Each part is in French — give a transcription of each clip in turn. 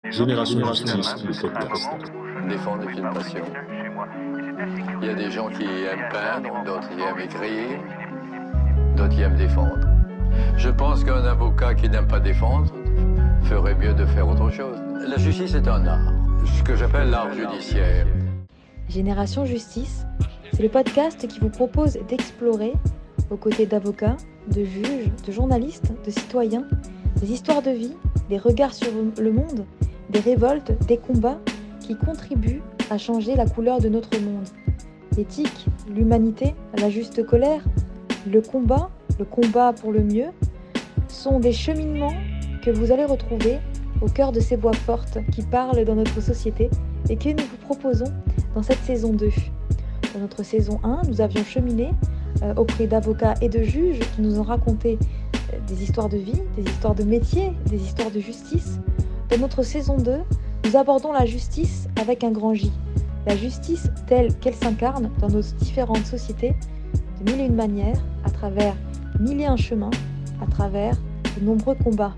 Génération Justice, le podcast. Défendre les films passion. Il y a des gens qui aiment peindre, d'autres qui aiment écrire, d'autres qui aiment défendre. Je pense qu'un avocat qui n'aime pas défendre ferait mieux de faire autre chose. La justice est un art, ce que j'appelle l'art judiciaire. Génération Justice, c'est le podcast qui vous propose d'explorer, aux côtés d'avocats, de juges, de journalistes, de citoyens, des histoires de vie, des regards sur le monde, des révoltes, des combats qui contribuent à changer la couleur de notre monde. L'éthique, l'humanité, la juste colère, le combat pour le mieux, sont des cheminements que vous allez retrouver au cœur de ces voix fortes qui parlent dans notre société et que nous vous proposons dans cette saison 2. Dans notre saison 1, nous avions cheminé auprès d'avocats et de juges qui nous ont raconté des histoires de vie, des histoires de métier, des histoires de justice. Dans notre saison 2, nous abordons la justice avec un grand J. La justice telle qu'elle s'incarne dans nos différentes sociétés, de mille et une manières, à travers mille et un chemins, à travers de nombreux combats.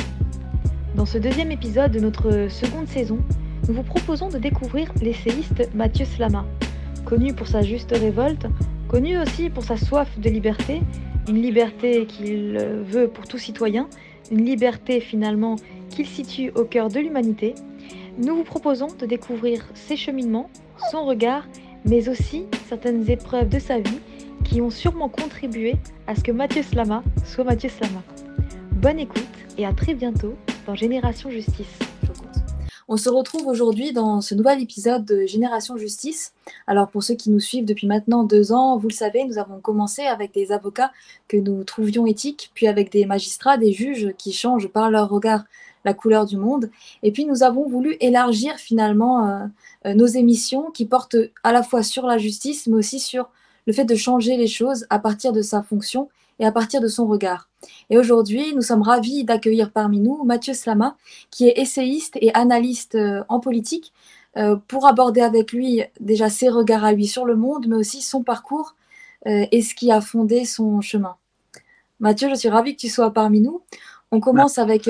Dans ce deuxième épisode de notre seconde saison, nous vous proposons de découvrir l'essayiste Mathieu Slama. Connu pour sa juste révolte, connu aussi pour sa soif de liberté, une liberté qu'il veut pour tout citoyen, une liberté finalement qu'il situe au cœur de l'humanité, nous vous proposons de découvrir ses cheminements, son regard, mais aussi certaines épreuves de sa vie qui ont sûrement contribué à ce que Mathieu Slama soit Mathieu Slama. Bonne écoute et à très bientôt dans Génération Justice. On se retrouve aujourd'hui dans ce nouvel épisode de Génération Justice. Alors pour ceux qui nous suivent depuis maintenant 2 ans, vous le savez, nous avons commencé avec des avocats que nous trouvions éthiques, puis avec des magistrats, des juges qui changent par leur regard la couleur du monde. Et puis nous avons voulu élargir finalement nos émissions qui portent à la fois sur la justice, mais aussi sur le fait de changer les choses à partir de sa fonction et à partir de son regard. Et aujourd'hui, nous sommes ravis d'accueillir parmi nous Mathieu Slama, qui est essayiste et analyste en politique, pour aborder avec lui déjà ses regards à lui sur le monde, mais aussi son parcours et ce qui a fondé son chemin. Mathieu, je suis ravie que tu sois parmi nous. On commence avec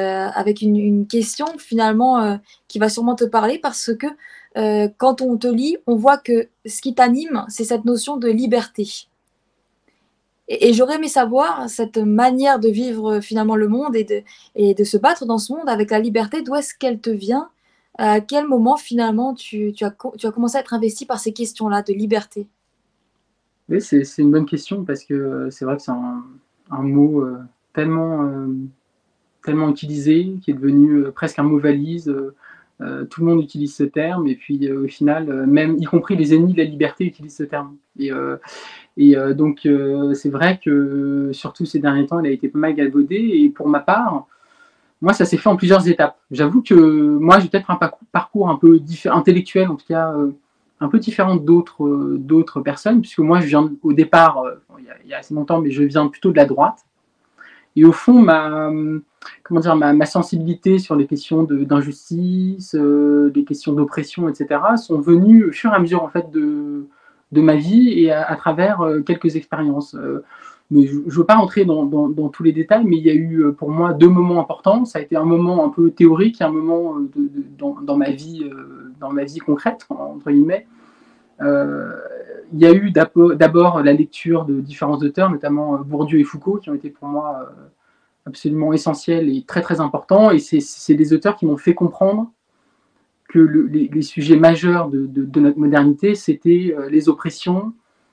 une question finalement qui va sûrement te parler parce que quand on te lit, on voit que ce qui t'anime, c'est cette notion de liberté. Et j'aurais aimé savoir cette manière de vivre finalement le monde et de se battre dans ce monde avec la liberté, d'où est-ce qu'elle te vient? À quel moment finalement tu as commencé à être investi par ces questions-là de liberté? Oui, c'est une bonne question parce que c'est vrai que c'est un mot tellement utilisé, qui est devenu presque un mot valise. Tout le monde utilise ce terme et puis au final, même y compris les ennemis de la liberté utilisent ce terme. Donc c'est vrai que surtout ces derniers temps, il a été pas mal galvaudé et pour ma part, moi ça s'est fait en plusieurs étapes. J'avoue que moi j'ai peut-être un parcours un peu intellectuel, en tout cas un peu différent d'autres personnes, puisque moi je viens au départ, il y a assez longtemps, mais je viens plutôt de la droite. Et au fond, ma sensibilité sur les questions d'injustice, les questions d'oppression, etc., sont venues au fur et à mesure en fait de ma vie et à travers quelques expériences. Mais je ne veux pas rentrer dans tous les détails, mais il y a eu pour moi 2 moments importants. Ça a été un moment un peu théorique et un moment dans ma vie concrète, entre guillemets. Il y a eu d'abord la lecture de différents auteurs, notamment Bourdieu et Foucault, qui ont été pour moi absolument essentiels et très très importants. Et c'est des auteurs qui m'ont fait comprendre que les sujets majeurs de notre modernité, c'était les oppressions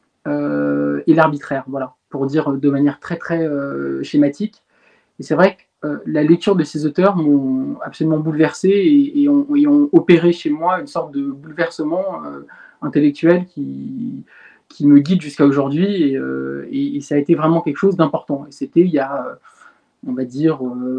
et l'arbitraire, voilà, pour dire de manière très très schématique. Et c'est vrai que la lecture de ces auteurs m'ont absolument bouleversé et ont opéré chez moi une sorte de bouleversement intellectuel qui me guide jusqu'à aujourd'hui et ça a été vraiment quelque chose d'important. Et c'était il y a, on va dire,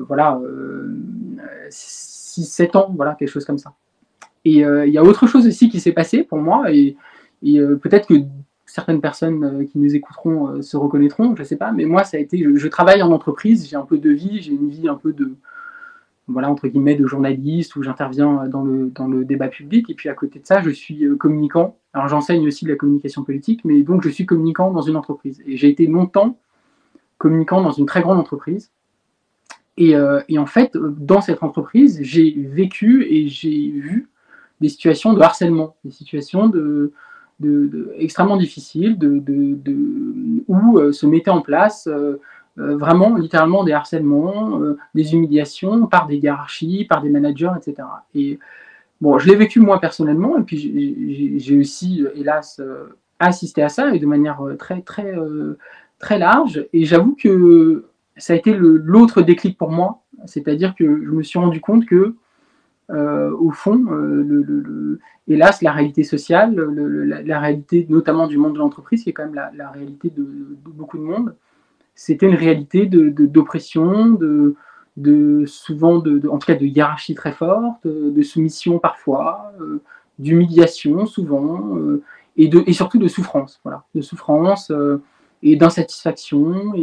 6-7 ans, voilà, quelque chose comme ça. Et il y a autre chose aussi qui s'est passé pour moi et peut-être que certaines personnes qui nous écouteront se reconnaîtront, je ne sais pas, mais moi ça a été, je travaille en entreprise, j'ai un peu de vie, j'ai une vie un peu de, voilà, entre guillemets, de journaliste, où j'interviens dans le débat public, et puis à côté de ça, je suis communicant. Alors j'enseigne aussi la communication politique, mais donc je suis communicant dans une entreprise. Et j'ai été longtemps communicant dans une très grande entreprise. Et en fait, dans cette entreprise, j'ai vécu et j'ai vu des situations de harcèlement, des situations extrêmement difficiles, où se mettaient en place vraiment, littéralement, des harcèlements, des humiliations par des hiérarchies, par des managers, etc. Et bon, je l'ai vécu moi personnellement, et puis j'ai aussi, hélas, assisté à ça, et de manière très large. Et j'avoue que ça a été l'autre déclic pour moi, c'est-à-dire que je me suis rendu compte que, au fond, hélas, la réalité sociale, la réalité notamment du monde de l'entreprise, qui est quand même la réalité de beaucoup de monde, c'était une réalité d'oppression, souvent en tout cas de hiérarchie très forte, de soumission parfois, d'humiliation souvent, et surtout de souffrance, voilà, de souffrance et d'insatisfaction,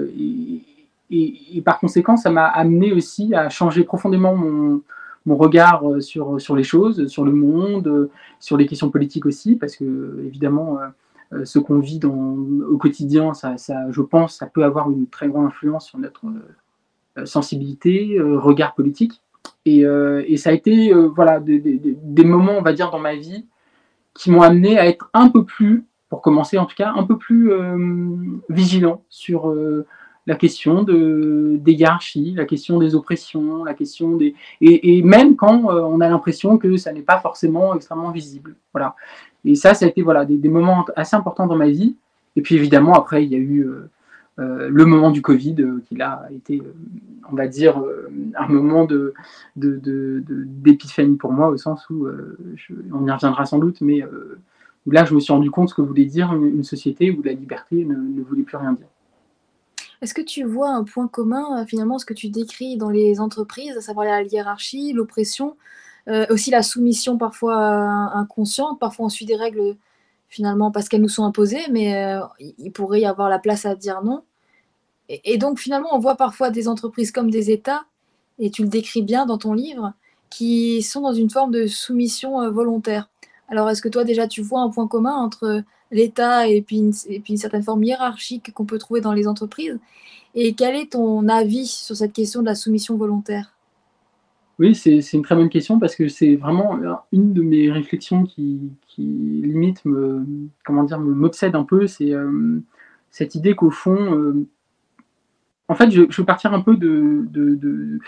et par conséquent, ça m'a amené aussi à changer profondément mon regard sur les choses, sur le monde, sur les questions politiques aussi, parce que évidemment, ce qu'on vit au quotidien, ça, je pense, ça peut avoir une très grande influence sur notre sensibilité, regard politique. Et ça a été voilà, des moments, on va dire, dans ma vie qui m'ont amené à être un peu plus, pour commencer en tout cas, un peu plus vigilant sur la question des hiérarchies, la question des oppressions, la question des... Et même quand on a l'impression que ça n'est pas forcément extrêmement visible. Voilà. Et ça a été voilà, des moments assez importants dans ma vie. Et puis évidemment, après, il y a eu le moment du Covid, qui là a été, on va dire, un moment d'épiphanie pour moi, au sens où, on y reviendra sans doute, mais là, je me suis rendu compte ce que voulait dire une société où la liberté ne voulait plus rien dire. Est-ce que tu vois un point commun, finalement, ce que tu décris dans les entreprises, à savoir la hiérarchie, l'oppression, aussi la soumission parfois inconsciente, parfois on suit des règles finalement parce qu'elles nous sont imposées, mais il pourrait y avoir la place à dire non. Et donc finalement, on voit parfois des entreprises comme des États, et tu le décris bien dans ton livre, qui sont dans une forme de soumission volontaire. Alors est-ce que toi déjà tu vois un point commun entre l'État et puis une certaine forme hiérarchique qu'on peut trouver dans les entreprises? Et quel est ton avis sur cette question de la soumission volontaire? Oui, c'est une très bonne question, parce que c'est vraiment une de mes réflexions qui limite m'obsède un peu. C'est cette idée qu'au fond, en fait, je veux partir un peu de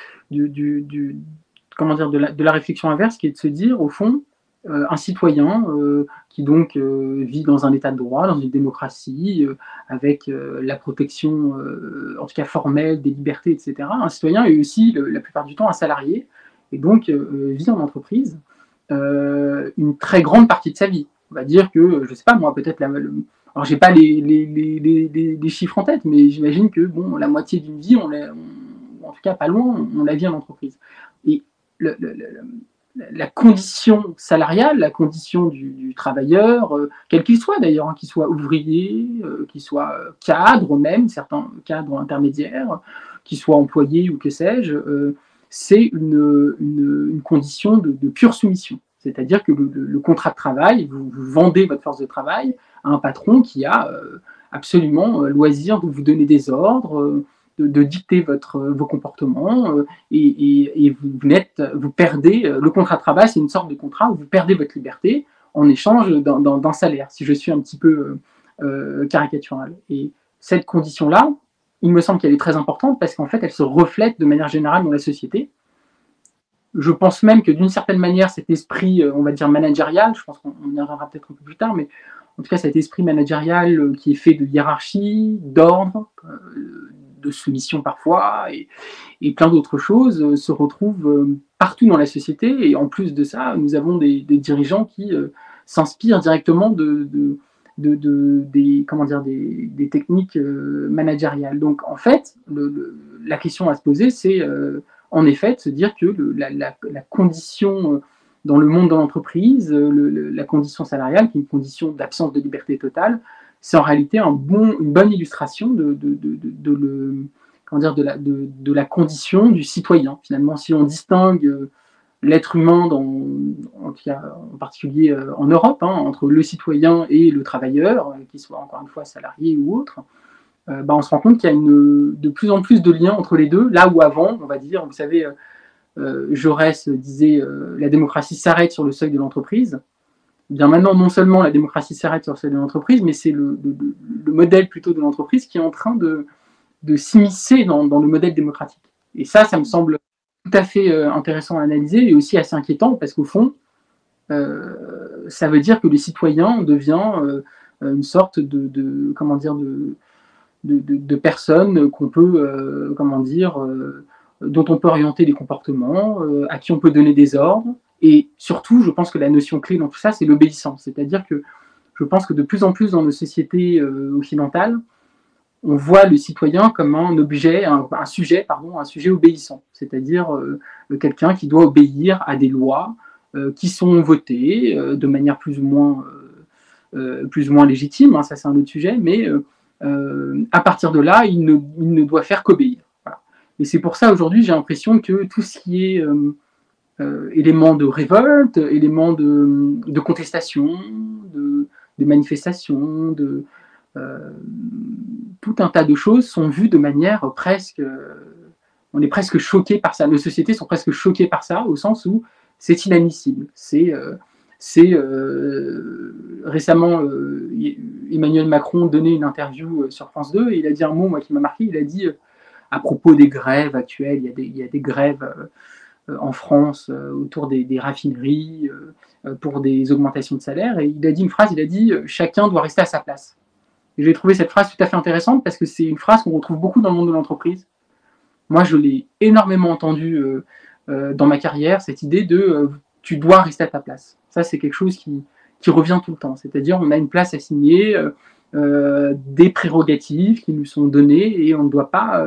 la réflexion inverse, qui est de se dire, au fond, un citoyen qui donc vit dans un état de droit, dans une démocratie, avec la protection, en tout cas formelle, des libertés, etc. Un citoyen est aussi, la plupart du temps, un salarié, et donc vit en entreprise une très grande partie de sa vie. On va dire que, je ne sais pas, moi, peut-être alors j'ai pas les chiffres en tête, mais j'imagine que bon, la moitié d'une vie, en tout cas pas loin, on la vit en entreprise. Et la condition salariale, la condition du travailleur, quel qu'il soit d'ailleurs, hein, qu'il soit ouvrier, qu'il soit cadre même, certains cadres intermédiaires, qu'il soit employé ou que sais-je, c'est une condition de pure soumission. C'est-à-dire que le contrat de travail, vous vendez votre force de travail à un patron qui a absolument loisir de vous donner des ordres, de dicter vos comportements, et vous perdez, le contrat de travail, c'est une sorte de contrat où vous perdez votre liberté en échange d'un salaire, si je suis un petit peu caricatural. Et cette condition-là, il me semble qu'elle est très importante, parce qu'en fait, elle se reflète de manière générale dans la société. Je pense même que d'une certaine manière, cet esprit, on va dire managérial, je pense qu'on y reviendra peut-être un peu plus tard, mais en tout cas cet esprit managérial qui est fait de hiérarchie, d'ordre, de soumission parfois, et plein d'autres choses, se retrouve partout dans la société. Et en plus de ça, nous avons des dirigeants qui s'inspirent directement des techniques managériales. Donc en fait, la question à se poser, c'est en effet de se dire que la condition dans le monde de l'entreprise, la condition salariale, qui est une condition d'absence de liberté totale, c'est en réalité une bonne illustration de la condition du citoyen. Finalement, si on distingue l'être humain, en particulier en Europe, hein, entre le citoyen et le travailleur, qu'il soit encore une fois salarié ou autre, on se rend compte qu'il y a de plus en plus de liens entre les deux, là où avant, on va dire, vous savez, Jaurès disait la démocratie s'arrête sur le seuil de l'entreprise. Bien maintenant, non seulement la démocratie s'arrête sur le seuil de l'entreprise, mais c'est le modèle plutôt de l'entreprise qui est en train de s'immiscer dans le modèle démocratique. Et ça me semble tout à fait intéressant à analyser et aussi assez inquiétant parce qu'au fond, ça veut dire que le citoyen devient une sorte de personnes qu'on peut, dont on peut orienter les comportements, à qui on peut donner des ordres. Et surtout, je pense que la notion clé dans tout ça, c'est l'obéissance. C'est-à-dire que je pense que de plus en plus dans nos sociétés occidentales, on voit le citoyen comme un sujet obéissant. C'est-à-dire quelqu'un qui doit obéir à des lois qui sont votées de manière plus ou moins légitime, hein, ça c'est un autre sujet, mais à partir de là, il ne doit faire qu'obéir. Voilà. Et c'est pour ça aujourd'hui, j'ai l'impression que tout ce qui est éléments de révolte, éléments de contestation, de manifestation, tout un tas de choses sont vues de manière presque... on est presque choqué par ça. Nos sociétés sont presque choquées par ça, au sens où c'est inadmissible. Récemment, Emmanuel Macron donnait une interview sur France 2 et il a dit un mot moi, qui m'a marqué. Il a dit, à propos des grèves actuelles, il y a des grèves en France autour des raffineries pour des augmentations de salaire. Et il a dit une phrase, il a dit « Chacun doit rester à sa place ». Et j'ai trouvé cette phrase tout à fait intéressante parce que c'est une phrase qu'on retrouve beaucoup dans le monde de l'entreprise. Moi, je l'ai énormément entendue dans ma carrière, cette idée de tu dois rester à ta place. Ça, c'est quelque chose qui revient tout le temps. C'est-à-dire, on a une place assignée, des prérogatives qui nous sont données et on ne doit pas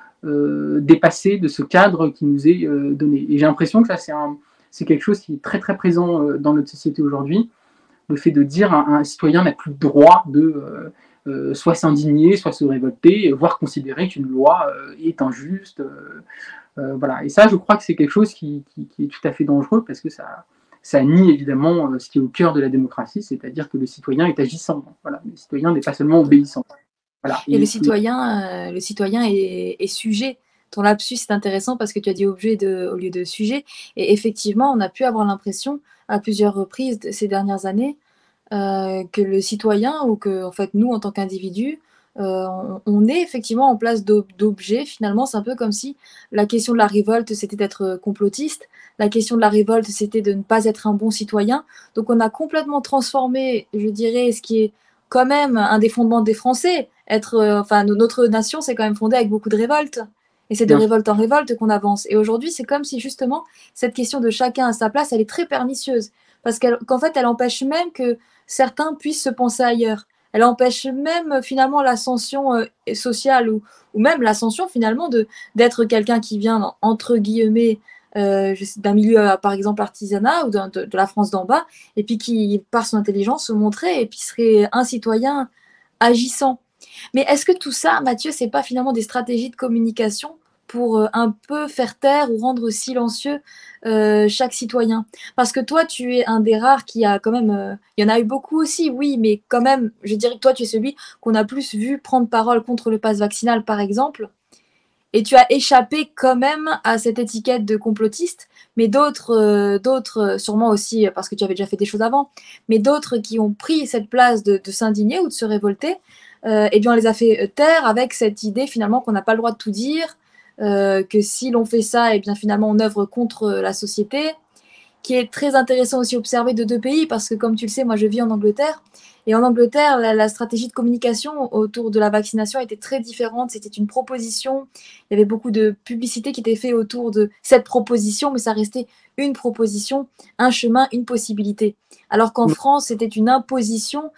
dépasser de ce cadre qui nous est donné. Et j'ai l'impression que ça, c'est quelque chose qui est très, très présent dans notre société aujourd'hui. Le fait de dire un citoyen n'a plus le droit de soit s'indigner, soit se révolter, voire considérer qu'une loi est injuste. Voilà. Et ça, je crois que c'est quelque chose qui est tout à fait dangereux parce que ça nie évidemment ce qui est au cœur de la démocratie, c'est-à-dire que le citoyen est agissant. Voilà. Le citoyen n'est pas seulement obéissant. Voilà. Et le citoyen est sujet. Ton lapsus, c'est intéressant parce que tu as dit objet au lieu de sujet. Et effectivement, on a pu avoir l'impression à plusieurs reprises ces dernières années que le citoyen ou que en fait, nous, en tant qu'individus, on est effectivement en place d'objet. Finalement, c'est un peu comme si la question de la révolte, c'était d'être complotiste. La question de la révolte, c'était de ne pas être un bon citoyen. Donc, on a complètement transformé, je dirais, ce qui est quand même un des fondements des Français. Notre nation, c'est quand même fondée avec beaucoup de révoltes. Et c'est de révolte en révolte qu'on avance. Et aujourd'hui, c'est comme si justement, cette question de chacun à sa place, elle est très pernicieuse. Parce qu'en fait, elle empêche même que certains puissent se penser ailleurs. Elle empêche même finalement l'ascension sociale ou même l'ascension finalement d'être quelqu'un qui vient, entre guillemets, d'un milieu, par exemple, artisanat ou de la France d'en bas, et puis qui, par son intelligence, se montrait et puis serait un citoyen agissant. Mais est-ce que tout ça, Mathieu, c'est pas finalement des stratégies de communication pour un peu faire taire ou rendre silencieux chaque citoyen? Parce que toi, tu es un des rares qui a quand même... il y en a eu beaucoup aussi, oui, mais quand même, je dirais que toi, tu es celui qu'on a plus vu prendre parole contre le pass vaccinal, par exemple. Et tu as échappé quand même à cette étiquette de complotiste, mais d'autres, sûrement aussi parce que tu avais déjà fait des choses avant, mais d'autres qui ont pris cette place de s'indigner ou de se révolter, eh bien on les a fait taire avec cette idée finalement qu'on n'a pas le droit de tout dire, que si l'on fait ça, eh bien finalement on œuvre contre la société, qui est très intéressant aussi observé de deux pays, parce que comme tu le sais, moi je vis en Angleterre, et en Angleterre, la stratégie de communication autour de la vaccination était très différente. C'était une proposition, il y avait beaucoup de publicité qui était faite autour de cette proposition, mais ça restait une proposition, un chemin, une possibilité. Alors qu'en France, c'était une imposition,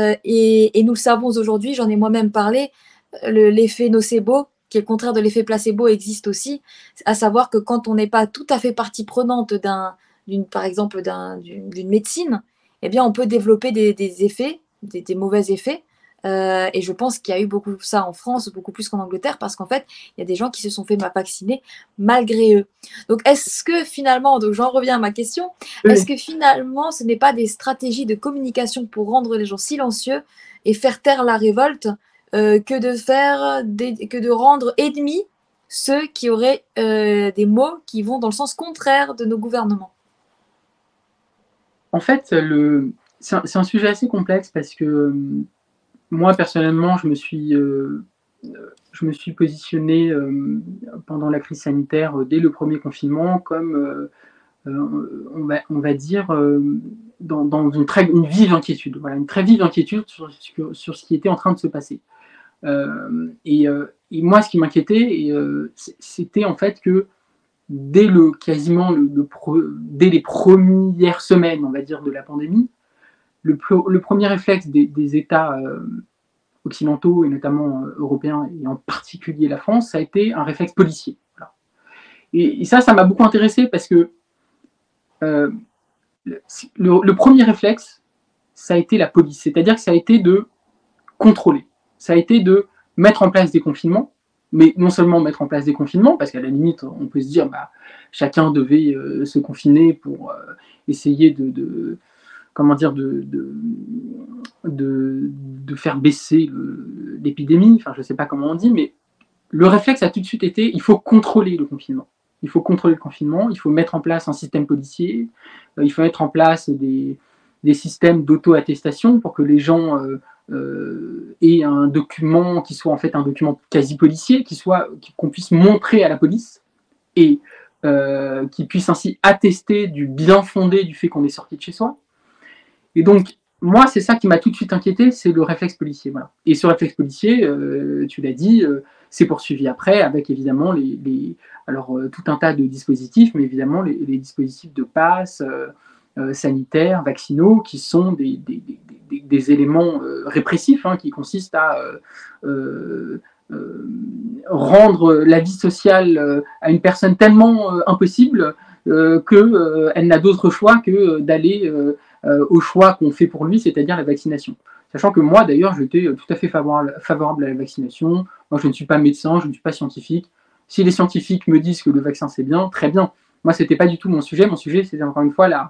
et nous le savons aujourd'hui, j'en ai moi-même parlé, l'effet nocebo, qui est le contraire de l'effet placebo, existe aussi, à savoir que quand on n'est pas tout à fait partie prenante par exemple d'une médecine, eh bien, on peut développer des effets, des mauvais effets. Et je pense qu'il y a eu beaucoup ça en France, beaucoup plus qu'en Angleterre, parce qu'en fait, il y a des gens qui se sont fait vacciner malgré eux. Donc, est-ce que finalement, donc j'en reviens à ma question, est-ce que finalement, ce n'est pas des stratégies de communication pour rendre les gens silencieux et faire taire la révolte que de rendre ennemis ceux qui auraient des mots qui vont dans le sens contraire de nos gouvernements. En fait, c'est un sujet assez complexe parce que moi, personnellement, je me suis positionné pendant la crise sanitaire, dès le premier confinement, comme, on va dire, dans une vive inquiétude. Voilà, une très vive inquiétude sur ce qui était en train de se passer. Et moi, ce qui m'inquiétait, c'était en fait que dès les premières semaines, on va dire, de la pandémie, le premier réflexe des États occidentaux, et notamment européens, et en particulier la France, ça a été un réflexe policier. Voilà. Et ça m'a beaucoup intéressé parce que le premier réflexe, ça a été la police. C'est-à-dire que ça a été de contrôler. Ça a été de mettre en place des confinements, mais non seulement mettre en place des confinements, parce qu'à la limite, on peut se dire, chacun devait se confiner pour essayer de faire baisser l'épidémie, enfin je ne sais pas comment on dit, mais le réflexe a tout de suite été, il faut contrôler le confinement. Il faut contrôler le confinement, il faut mettre en place un système policier, il faut mettre en place des systèmes d'auto-attestation pour que les gens aient un document qui soit en fait un document quasi policier, qu'on puisse montrer à la police et qui puisse ainsi attester du bien fondé du fait qu'on est sorti de chez soi. Et donc, moi, c'est ça qui m'a tout de suite inquiété, c'est le réflexe policier. Voilà. Et ce réflexe policier, tu l'as dit, c'est poursuivi après avec évidemment tout un tas de dispositifs, mais évidemment les dispositifs de passe sanitaires, vaccinaux, qui sont des éléments répressifs, qui consistent à rendre la vie sociale à une personne tellement impossible qu'elle n'a d'autre choix que d'aller au choix qu'on fait pour lui, c'est-à-dire la vaccination. Sachant que moi, d'ailleurs, j'étais tout à fait favorable à la vaccination. Moi, je ne suis pas médecin, je ne suis pas scientifique. Si les scientifiques me disent que le vaccin, c'est bien, très bien. Moi, ce n'était pas du tout mon sujet. Mon sujet, c'était encore une fois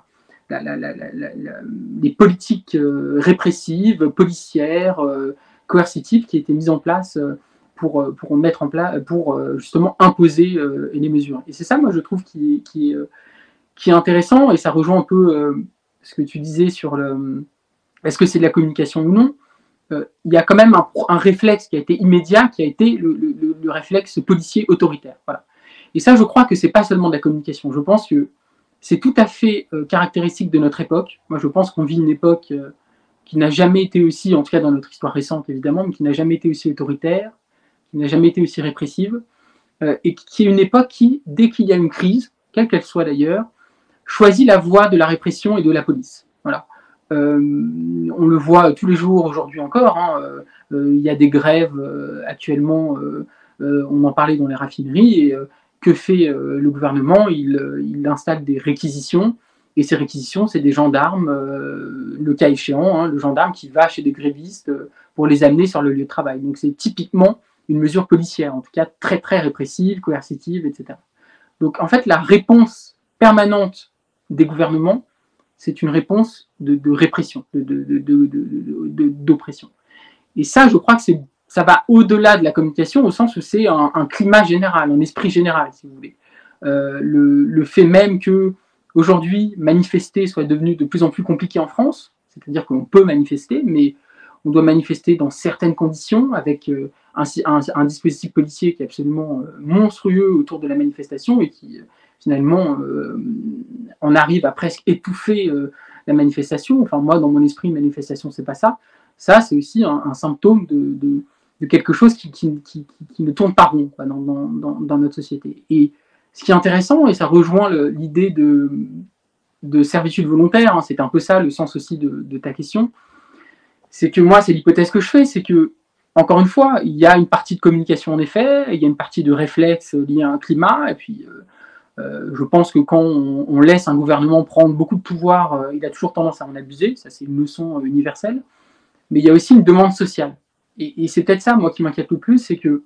les politiques répressives, policières, coercitives qui étaient mises en place pour justement imposer les mesures. Et c'est ça, moi, je trouve, qui est intéressant, et ça rejoint un peu ce que tu disais sur est-ce que c'est de la communication ou non. Il y a quand même un réflexe qui a été immédiat, qui a été le réflexe policier autoritaire. Voilà. Et ça, je crois que c'est pas seulement de la communication. Je pense que c'est tout à fait caractéristique de notre époque. Moi, je pense qu'on vit une époque qui n'a jamais été aussi, en tout cas dans notre histoire récente évidemment, mais qui n'a jamais été aussi autoritaire, qui n'a jamais été aussi répressive, et qui est une époque qui, dès qu'il y a une crise, quelle qu'elle soit d'ailleurs, choisit la voie de la répression et de la police. Voilà. On le voit tous les jours aujourd'hui encore. Il y a des grèves actuellement, on en parlait dans les raffineries, et que fait le gouvernement ? Il installe des réquisitions, et ces réquisitions, c'est des gendarmes, le cas échéant, le gendarme qui va chez des grévistes pour les amener sur le lieu de travail. Donc c'est typiquement une mesure policière, en tout cas très très répressive, coercitive, etc. Donc en fait, la réponse permanente des gouvernements, c'est une réponse de répression, d'oppression. Et ça, je crois que ça va au-delà de la communication, au sens où c'est un climat général, un esprit général, si vous voulez. Le fait même que aujourd'hui manifester soit devenu de plus en plus compliqué en France, c'est-à-dire qu'on peut manifester, mais on doit manifester dans certaines conditions, avec un dispositif policier qui est absolument monstrueux autour de la manifestation, et qui finalement on arrive à presque étouffer la manifestation. Enfin, moi, dans mon esprit, une manifestation, c'est pas ça. Ça, c'est aussi un symptôme de quelque chose qui ne tourne pas rond, quoi, dans notre société. Et ce qui est intéressant, et ça rejoint l'idée de servitude volontaire, c'est un peu ça le sens aussi de ta question, c'est que moi, c'est l'hypothèse que je fais, c'est que, encore une fois, il y a une partie de communication en effet, il y a une partie de réflexe lié à un climat, et puis je pense que quand on laisse un gouvernement prendre beaucoup de pouvoir, il a toujours tendance à en abuser, ça c'est une leçon universelle, mais il y a aussi une demande sociale. Et c'est peut-être ça, moi, qui m'inquiète le plus, c'est que,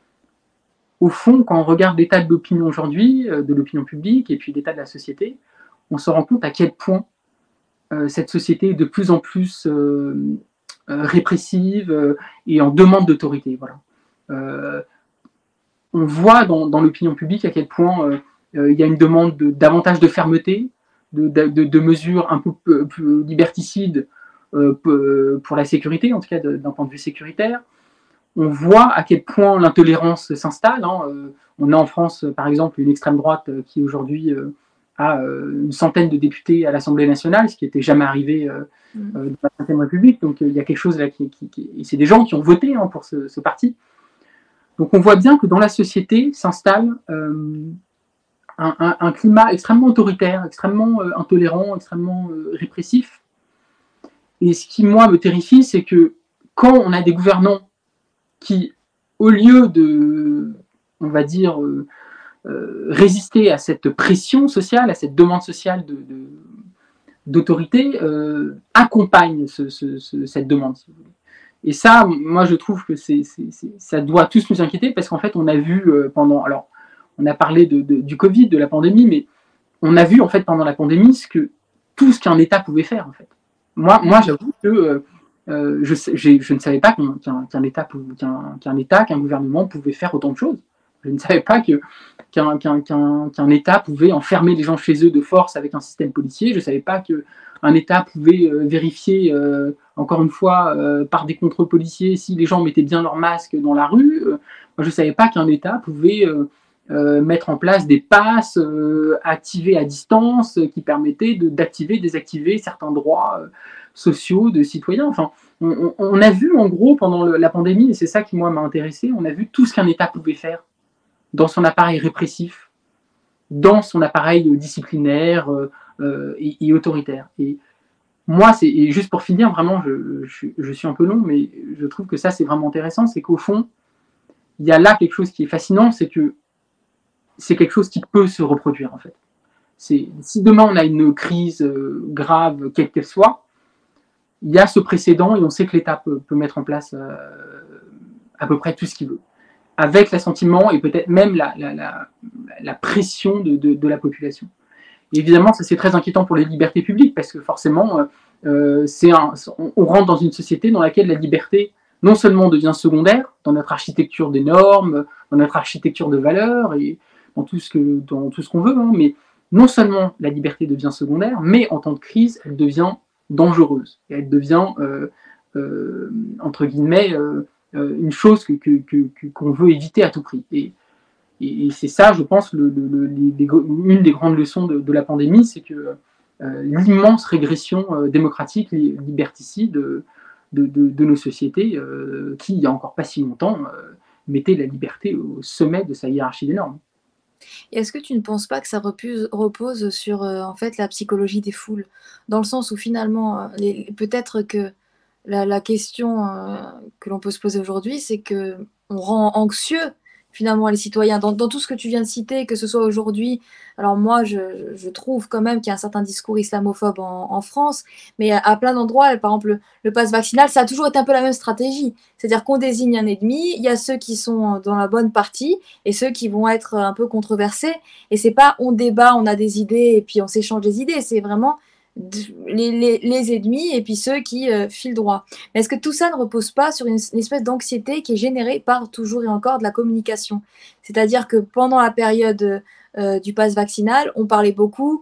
au fond, quand on regarde l'état de l'opinion aujourd'hui, de l'opinion publique, et puis l'état de la société, on se rend compte à quel point cette société est de plus en plus répressive et en demande d'autorité. Voilà. On voit dans l'opinion publique à quel point il y a une demande davantage de fermeté, de mesures un peu plus liberticides pour la sécurité, en tout cas d'un point de vue sécuritaire. On voit à quel point l'intolérance s'installe. On a en France, par exemple, une extrême droite qui aujourd'hui a une centaine de députés à l'Assemblée nationale, ce qui n'était jamais arrivé dans la Ve République. Donc il y a quelque chose là et c'est des gens qui ont voté pour ce parti. Donc on voit bien que dans la société s'installe un climat extrêmement autoritaire, extrêmement intolérant, extrêmement répressif. Et ce qui, moi, me terrifie, c'est que quand on a des gouvernants qui, au lieu de, on va dire, résister à cette pression sociale, à cette demande sociale d'autorité, accompagnent cette demande, si vous voulez. Et ça, moi, je trouve que ça doit tous nous inquiéter, parce qu'en fait, on a vu alors, on a parlé du Covid, de la pandémie, mais on a vu, en fait, pendant la pandémie, tout ce qu'un État pouvait faire, en fait. Moi j'avoue que je ne savais pas qu'un État, qu'un gouvernement pouvait faire autant de choses. Je ne savais pas qu'un État pouvait enfermer les gens chez eux de force avec un système policier. Je ne savais pas qu'un État pouvait vérifier, encore une fois, par des contrôles policiers, si les gens mettaient bien leur masque dans la rue. Moi, je ne savais pas qu'un État pouvait mettre en place des passes activés à distance qui permettaient d'activer, désactiver certains droits sociaux de citoyens. Enfin, on a vu en gros pendant la pandémie, et c'est ça qui moi m'a intéressé, on a vu tout ce qu'un État pouvait faire dans son appareil répressif, dans son appareil disciplinaire et autoritaire. Et moi, et juste pour finir, vraiment, je suis un peu long, mais je trouve que ça c'est vraiment intéressant, c'est qu'au fond, il y a là quelque chose qui est fascinant, c'est que c'est quelque chose qui peut se reproduire en fait. Si demain on a une crise grave, quelle qu'elle soit, il y a ce précédent et on sait que l'État peut mettre en place à peu près tout ce qu'il veut, avec l'assentiment et peut-être même la pression de la population. Et évidemment, ça c'est très inquiétant pour les libertés publiques, parce que forcément, on rentre dans une société dans laquelle la liberté non seulement devient secondaire dans notre architecture des normes, dans notre architecture de valeurs et dans tout ce qu'on veut, mais non seulement la liberté devient secondaire, mais en temps de crise, elle devient dangereuse. Et elle devient, entre guillemets, une chose qu'on veut éviter à tout prix. Et c'est ça, je pense, une des grandes leçons de la pandémie, c'est que l'immense régression démocratique, liberticide de nos sociétés, qui, il n'y a encore pas si longtemps, mettait la liberté au sommet de sa hiérarchie des normes. Et est-ce que tu ne penses pas que ça repose sur en fait la psychologie des foules, dans le sens où finalement peut-être que la question que l'on peut se poser aujourd'hui, c'est que on rend anxieux finalement les citoyens dans tout ce que tu viens de citer, que ce soit aujourd'hui. Alors moi, je trouve quand même qu'il y a un certain discours islamophobe en France, mais à plein d'endroits, par exemple le pass vaccinal, ça a toujours été un peu la même stratégie. C'est-à-dire qu'on désigne un ennemi, il y a ceux qui sont dans la bonne partie et ceux qui vont être un peu controversés. Et c'est pas on débat, on a des idées et puis on s'échange des idées, c'est vraiment les ennemis et puis ceux qui filent droit. Mais est-ce que tout ça ne repose pas sur une espèce d'anxiété qui est générée par toujours et encore de la communication? C'est-à-dire que pendant la période du pass vaccinal, on parlait beaucoup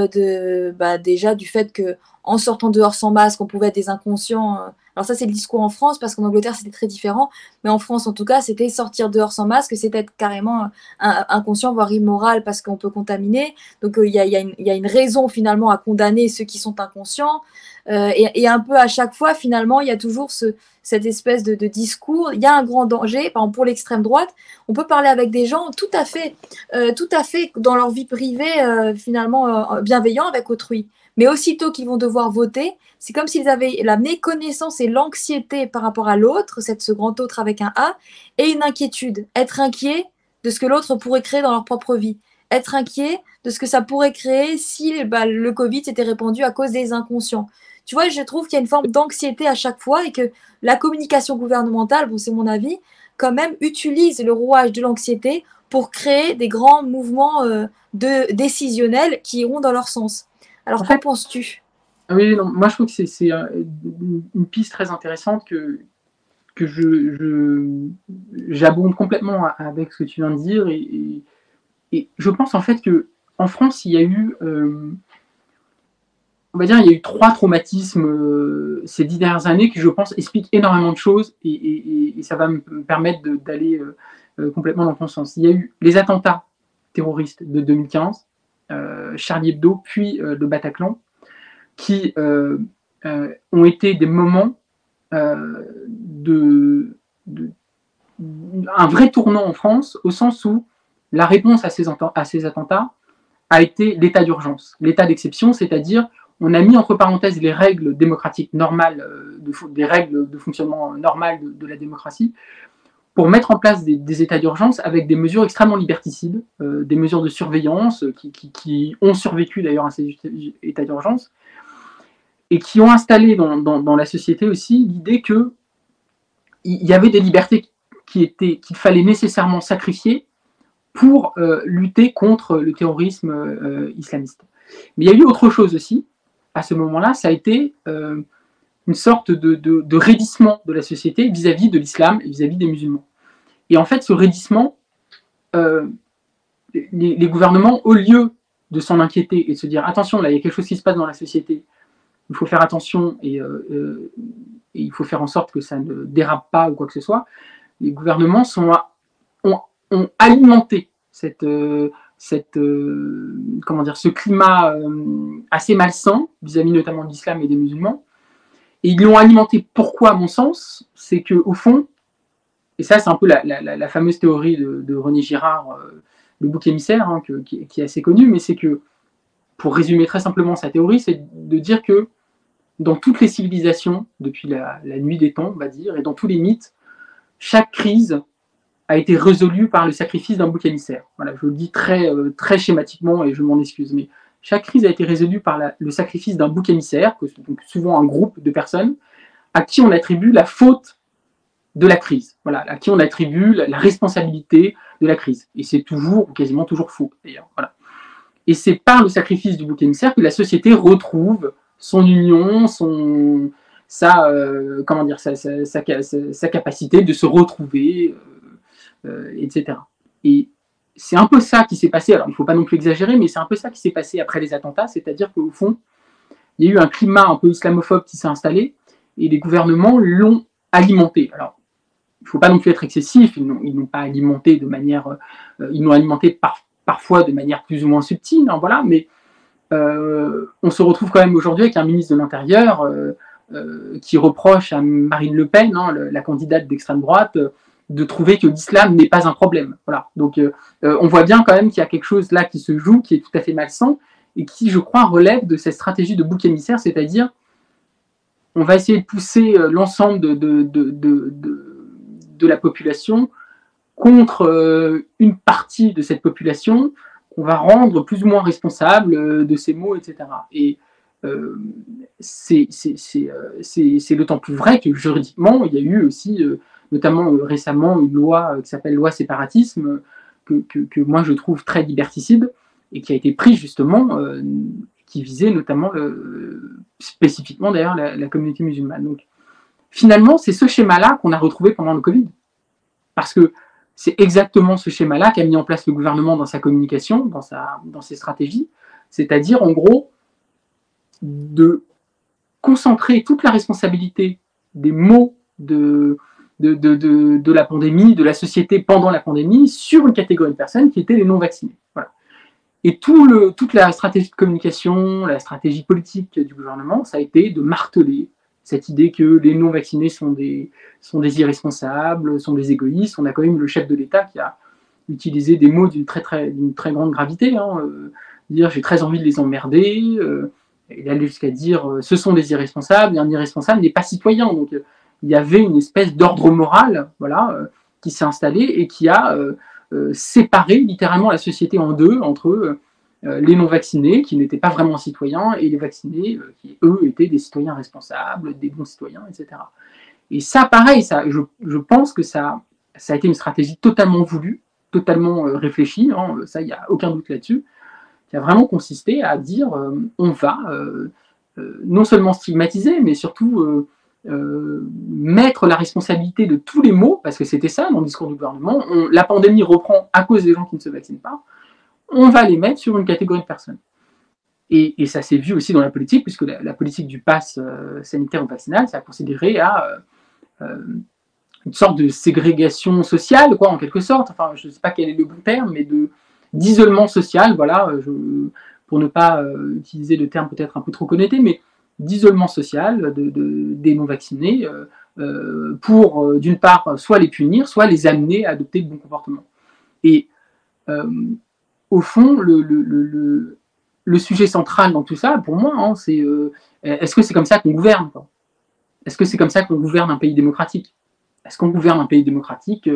déjà du fait que en sortant dehors sans masque, on pouvait être des inconscients. Alors ça, c'est le discours en France, parce qu'en Angleterre, c'était très différent. Mais en France, en tout cas, c'était sortir dehors sans masque, c'était être carrément inconscient, voire immoral, parce qu'on peut contaminer. Donc, il y a une raison, finalement, à condamner ceux qui sont inconscients. Et un peu à chaque fois, finalement, il y a toujours cette espèce de discours. Il y a un grand danger, par exemple, pour l'extrême droite. On peut parler avec des gens tout à fait dans leur vie privée, finalement, bienveillants avec autrui. Mais aussitôt qu'ils vont devoir voter, c'est comme s'ils avaient la méconnaissance et l'anxiété par rapport à l'autre, ce grand autre avec un A, et une inquiétude. Être inquiet de ce que l'autre pourrait créer dans leur propre vie. Être inquiet de ce que ça pourrait créer si le Covid s'était répandu à cause des inconscients. Tu vois, je trouve qu'il y a une forme d'anxiété à chaque fois et que la communication gouvernementale, bon, c'est mon avis, quand même utilise le rouage de l'anxiété pour créer des grands mouvements décisionnels qui iront dans leur sens. Alors, qu'en penses-tu ? Oui, non, moi je trouve que c'est une piste très intéressante que j'abonde complètement avec ce que tu viens de dire. Et je pense en fait qu'en France, il y a eu, on va dire, il y a eu 3 traumatismes ces 10 dernières années qui, je pense, expliquent énormément de choses et ça va me permettre d'aller complètement dans ton sens. Il y a eu les attentats terroristes de 2015, Charlie Hebdo, puis le Bataclan, qui ont été des moments de un vrai tournant en France, au sens où la réponse à ces attentats a été l'état d'urgence, l'état d'exception, c'est-à-dire on a mis entre parenthèses les règles démocratiques normales, des règles de fonctionnement normales de la démocratie, pour mettre en place des états d'urgence avec des mesures extrêmement liberticides, des mesures de surveillance qui ont survécu d'ailleurs à ces états d'urgence, et qui ont installé dans la société aussi l'idée qu'il y avait des libertés qu'il fallait nécessairement sacrifier pour lutter contre le terrorisme islamiste. Mais il y a eu autre chose aussi, à ce moment-là, ça a été une sorte de raidissement de la société vis-à-vis de l'islam et vis-à-vis des musulmans. Et en fait, ce raidissement, les gouvernements, au lieu de s'en inquiéter et de se dire « attention, là, il y a quelque chose qui se passe dans la société, il faut faire attention et il faut faire en sorte que ça ne dérape pas ou quoi que ce soit », les gouvernements ont alimenté ce climat assez malsain vis-à-vis notamment de l'islam et des musulmans. Et ils l'ont alimenté. Pourquoi, à mon sens? C'est qu'au fond, et ça c'est un peu la fameuse théorie de René Girard, le bouc émissaire, hein, qui est assez connu, mais c'est que, pour résumer très simplement sa théorie, c'est de dire que dans toutes les civilisations, depuis la nuit des temps, on va dire, et dans tous les mythes, chaque crise a été résolue par le sacrifice d'un bouc émissaire. Voilà, je le dis très, très schématiquement et je m'en excuse, mais chaque crise a été résolue par le sacrifice d'un bouc émissaire, donc souvent un groupe de personnes, à qui on attribue la faute de la crise, voilà, à qui on attribue la responsabilité de la crise. Et c'est toujours, ou quasiment toujours faux, d'ailleurs. Voilà. Et c'est par le sacrifice du bouc émissaire que la société retrouve son union, sa capacité de se retrouver, etc. Et c'est un peu ça qui s'est passé, alors il ne faut pas non plus exagérer, mais c'est un peu ça qui s'est passé après les attentats, c'est-à-dire qu'au fond, il y a eu un climat un peu islamophobe qui s'est installé, et les gouvernements l'ont alimenté. Alors, il ne faut pas non plus être excessif, ils n'ont pas alimenté de manière... ils l'ont alimenté parfois de manière plus ou moins subtile, hein, voilà, mais on se retrouve quand même aujourd'hui avec un ministre de l'Intérieur qui reproche à Marine Le Pen, hein, la candidate d'extrême droite, de trouver que l'islam n'est pas un problème. Voilà. Donc on voit bien quand même qu'il y a quelque chose là qui se joue, qui est tout à fait malsain, et qui, je crois, relève de cette stratégie de bouc émissaire, c'est-à-dire on va essayer de pousser l'ensemble de la population contre une partie de cette population qu'on va rendre plus ou moins responsable de ses maux, etc. Et c'est d'autant plus vrai que juridiquement, il y a eu aussi, notamment récemment, une loi qui s'appelle loi séparatisme, que moi je trouve très liberticide, et qui a été prise justement, qui visait notamment, spécifiquement d'ailleurs, la communauté musulmane. Donc finalement, c'est ce schéma-là qu'on a retrouvé pendant le Covid. Parce que c'est exactement ce schéma-là qu'a mis en place le gouvernement dans sa communication, dans ses stratégies, c'est-à-dire en gros de concentrer toute la responsabilité des maux de la pandémie, de la société pendant la pandémie, sur une catégorie de personnes qui étaient les non-vaccinés. Voilà. Et toute la stratégie de communication, la stratégie politique du gouvernement, ça a été de marteler cette idée que les non-vaccinés sont des irresponsables, sont des égoïstes. On a quand même le chef de l'État qui a utilisé des mots d'une très grande gravité, hein, dire j'ai très envie de les emmerder, il allait jusqu'à dire ce sont des irresponsables, et un irresponsable n'est pas citoyen. Donc il y avait une espèce d'ordre moral, voilà, qui s'est installé et qui a séparé littéralement la société en deux, entre les non-vaccinés, qui n'étaient pas vraiment citoyens, et les vaccinés, qui, eux, étaient des citoyens responsables, des bons citoyens, etc. Et ça, pareil, je pense que ça a été une stratégie totalement voulue, totalement réfléchie, hein, ça, il n'y a aucun doute là-dessus, qui a vraiment consisté à dire on va non seulement stigmatiser, mais surtout mettre la responsabilité de tous les maux, parce que c'était ça dans le discours du gouvernement, la pandémie reprend à cause des gens qui ne se vaccinent pas, on va les mettre sur une catégorie de personnes. Et ça s'est vu aussi dans la politique, puisque la politique du pass sanitaire ou vaccinal, ça a considéré à une sorte de ségrégation sociale, quoi, en quelque sorte. Enfin, je ne sais pas quel est le bon terme, mais d'isolement social, voilà, pour ne pas utiliser le terme peut-être un peu trop connoté, mais d'isolement social des non-vaccinés pour, d'une part, soit les punir, soit les amener à adopter de bons comportements. Et au fond, le sujet central dans tout ça, pour moi, hein, c'est est-ce que c'est comme ça qu'on gouverne, quoi ? Est-ce que c'est comme ça qu'on gouverne un pays démocratique ? Est-ce qu'on gouverne un pays démocratique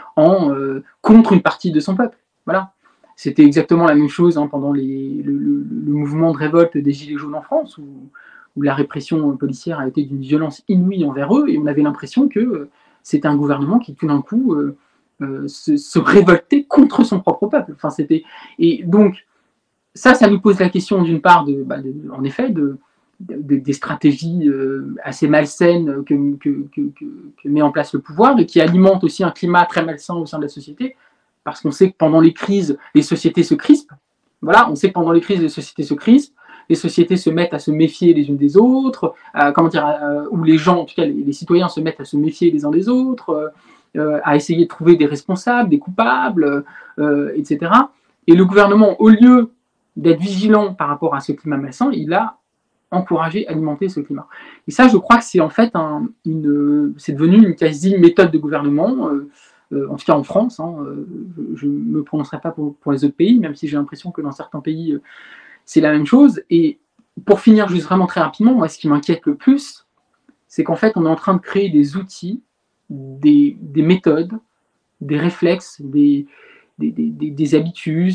contre une partie de son peuple ? Voilà. C'était exactement la même chose hein, pendant le mouvement de révolte des Gilets jaunes en France, où la répression policière a été d'une violence inouïe envers eux, et on avait l'impression que c'était un gouvernement qui, tout d'un coup, se révoltait contre son propre peuple. Enfin, et donc, ça nous pose la question, d'une part, en effet, des stratégies assez malsaines que met en place le pouvoir et qui alimentent aussi un climat très malsain au sein de la société, parce qu'on sait que pendant les crises, les sociétés se crispent. Voilà, on sait que pendant les crises, les sociétés se crispent, les sociétés se mettent à se méfier les unes des autres, où les gens, en tout cas les citoyens, se mettent à se méfier les uns des autres, à essayer de trouver des responsables, des coupables, etc. Et le gouvernement, au lieu d'être vigilant par rapport à ce climat malsain, il a encouragé, alimenté ce climat. Et ça, je crois que c'est en fait c'est devenu une quasi-méthode de gouvernement, en tout cas en France. Hein, je ne me prononcerai pas pour les autres pays, même si j'ai l'impression que dans certains pays, c'est la même chose. Et pour finir juste vraiment très rapidement, moi, ce qui m'inquiète le plus, c'est qu'en fait, on est en train de créer des outils, des méthodes, des réflexes, des habitudes,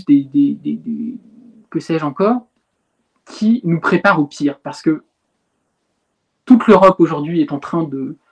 que sais-je encore, qui nous préparent au pire. Parce que toute l'Europe aujourd'hui est en train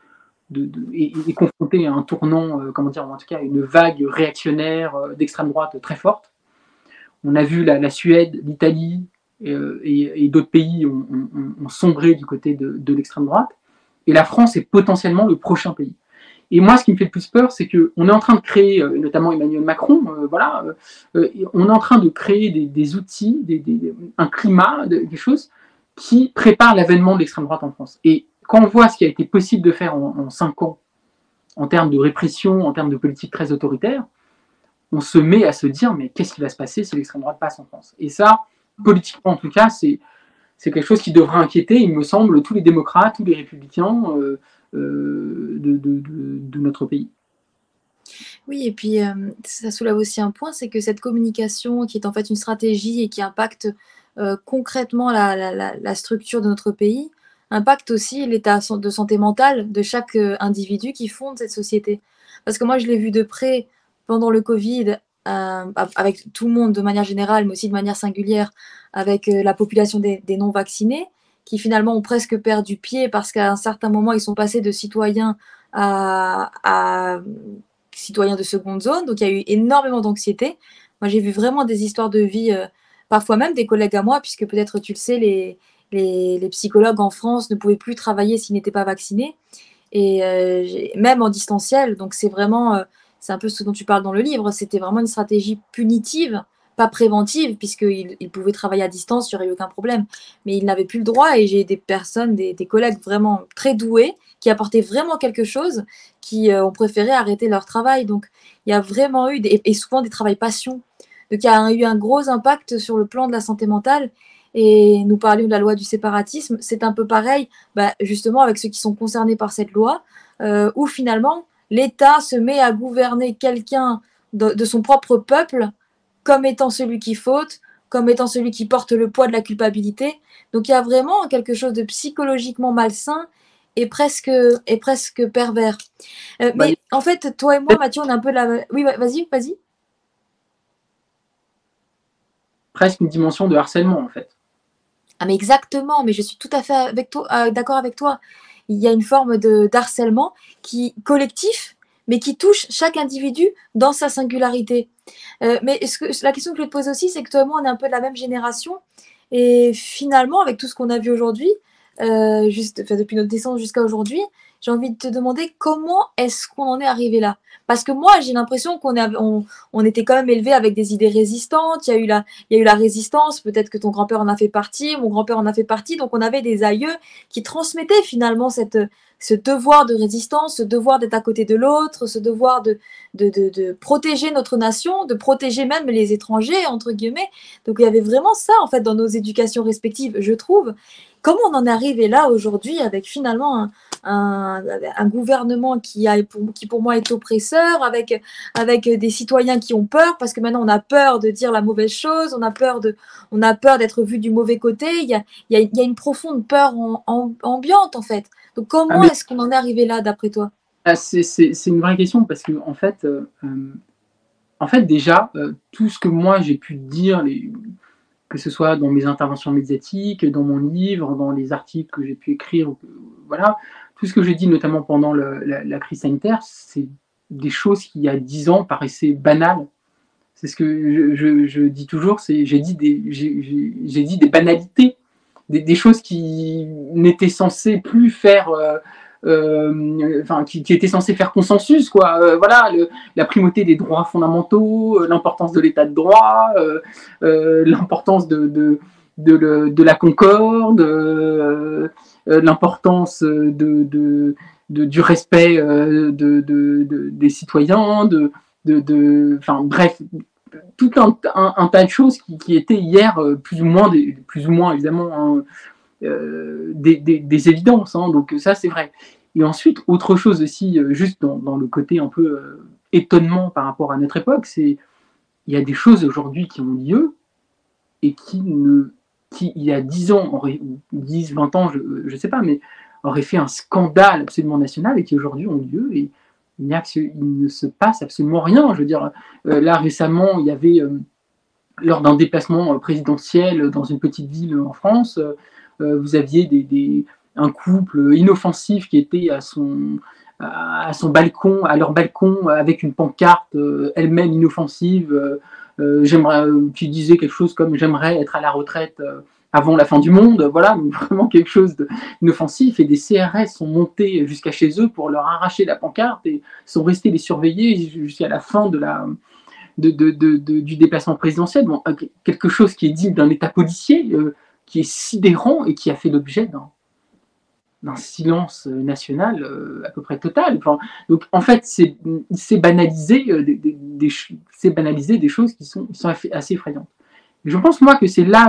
est confrontée à un tournant, en tout cas une vague réactionnaire d'extrême droite très forte. On a vu la Suède, l'Italie et d'autres pays ont sombré du côté de l'extrême droite. Et la France est potentiellement le prochain pays. Et moi, ce qui me fait le plus peur, c'est qu'on est en train de créer, notamment Emmanuel Macron, on est en train de créer des outils, un climat, des choses qui préparent l'avènement de l'extrême droite en France. Et quand on voit ce qui a été possible de faire en 5 ans, en termes de répression, en termes de politique très autoritaire, on se met à se dire, mais qu'est-ce qui va se passer si l'extrême droite passe en France ? Et ça, politiquement en tout cas, c'est quelque chose qui devrait inquiéter, il me semble, tous les démocrates, tous les républicains de notre pays. Oui, et puis ça soulève aussi un point, c'est que cette communication qui est en fait une stratégie et qui impacte concrètement la structure de notre pays, impacte aussi l'état de santé mentale de chaque individu qui fonde cette société. Parce que moi, je l'ai vu de près pendant le Covid, avec tout le monde de manière générale, mais aussi de manière singulière, avec la population des non-vaccinés, qui finalement ont presque perdu pied parce qu'à un certain moment, ils sont passés de citoyens à citoyens de seconde zone. Donc, il y a eu énormément d'anxiété. Moi, j'ai vu vraiment des histoires de vie, parfois même des collègues à moi, puisque peut-être tu le sais, les psychologues en France ne pouvaient plus travailler s'ils n'étaient pas vaccinés, et même en distanciel. Donc, c'est vraiment, c'est un peu ce dont tu parles dans le livre, c'était vraiment une stratégie punitive, pas préventive, puisqu'ils pouvaient travailler à distance, il n'y aurait eu aucun problème. Mais ils n'avaient plus le droit, et j'ai des personnes, des collègues vraiment très doués, qui apportaient vraiment quelque chose, qui ont préféré arrêter leur travail. Donc, il y a vraiment eu, et souvent des travails passion. Donc, il y a eu un gros impact sur le plan de la santé mentale. Et nous parlions de la loi du séparatisme. C'est un peu pareil, justement, avec ceux qui sont concernés par cette loi, où finalement, l'État se met à gouverner quelqu'un de son propre peuple comme étant celui qui faute, comme étant celui qui porte le poids de la culpabilité. Donc, il y a vraiment quelque chose de psychologiquement malsain et presque pervers. Mais en fait, toi et moi, Mathieu, on a un peu la... Oui, vas-y. Presque une dimension de harcèlement, en fait. Ah, mais exactement, mais je suis tout à fait d'accord avec toi. Il y a une forme d'harcèlement collectif, mais qui touche chaque individu dans sa singularité. Mais la question que je vais te poser aussi, c'est que toi et moi, on est un peu de la même génération. Et finalement, avec tout ce qu'on a vu aujourd'hui, depuis notre naissance jusqu'à aujourd'hui, j'ai envie de te demander comment est-ce qu'on en est arrivé là? Parce que moi, j'ai l'impression on était quand même élevé avec des idées résistantes. Il y a eu la résistance. Peut-être que ton grand-père en a fait partie, mon grand-père en a fait partie. Donc, on avait des aïeux qui transmettaient finalement ce devoir de résistance, ce devoir d'être à côté de l'autre, ce devoir de protéger notre nation, de protéger même les étrangers, entre guillemets. Donc, il y avait vraiment ça, en fait, dans nos éducations respectives, je trouve. Comment on en est arrivé là aujourd'hui avec finalement un gouvernement qui pour moi est oppresseur, avec des citoyens qui ont peur, parce que maintenant on a peur de dire la mauvaise chose, on a peur d'être vu du mauvais côté. Il y a une profonde peur ambiante en fait. Donc comment est-ce qu'on en est arrivé là d'après toi? C'est une vraie question parce que en fait déjà tout ce que moi j'ai pu dire, que ce soit dans mes interventions médiatiques, dans mon livre, dans les articles que j'ai pu écrire, voilà, tout ce que j'ai dit notamment pendant la crise sanitaire, c'est des choses qui il y a 10 ans paraissaient banales. C'est ce que je dis toujours, j'ai dit des banalités, des choses qui n'étaient censées plus faire qui était censé faire consensus, quoi. Voilà, la primauté des droits fondamentaux, l'importance de l'état de droit, l'importance de la concorde, l'importance du respect des citoyens, bref, tout un tas de choses qui étaient hier plus ou moins évidemment des évidences, hein, donc ça c'est vrai. Et ensuite, autre chose aussi, juste dans le côté un peu étonnement par rapport à notre époque, c'est il y a des choses aujourd'hui qui ont lieu et qui il y a 10 ans, 10, 20 ans, je ne sais pas, mais auraient fait un scandale absolument national et qui aujourd'hui ont lieu et il ne se passe absolument rien. Je veux dire, là récemment, il y avait, lors d'un déplacement présidentiel dans une petite ville en France, vous aviez un couple inoffensif qui était à son balcon, à leur balcon, avec une pancarte elle-même inoffensive, qui disait quelque chose comme « j'aimerais être à la retraite avant la fin du monde », voilà, donc vraiment quelque chose d'inoffensif, et des CRS sont montés jusqu'à chez eux pour leur arracher la pancarte et sont restés les surveiller jusqu'à la fin du déplacement présidentiel. Bon, quelque chose qui est digne d'un état policier, qui est sidérant et qui a fait l'objet d'un silence national à peu près total. Enfin, donc en fait, c'est banaliser des choses qui sont assez effrayantes. Et je pense moi que c'est là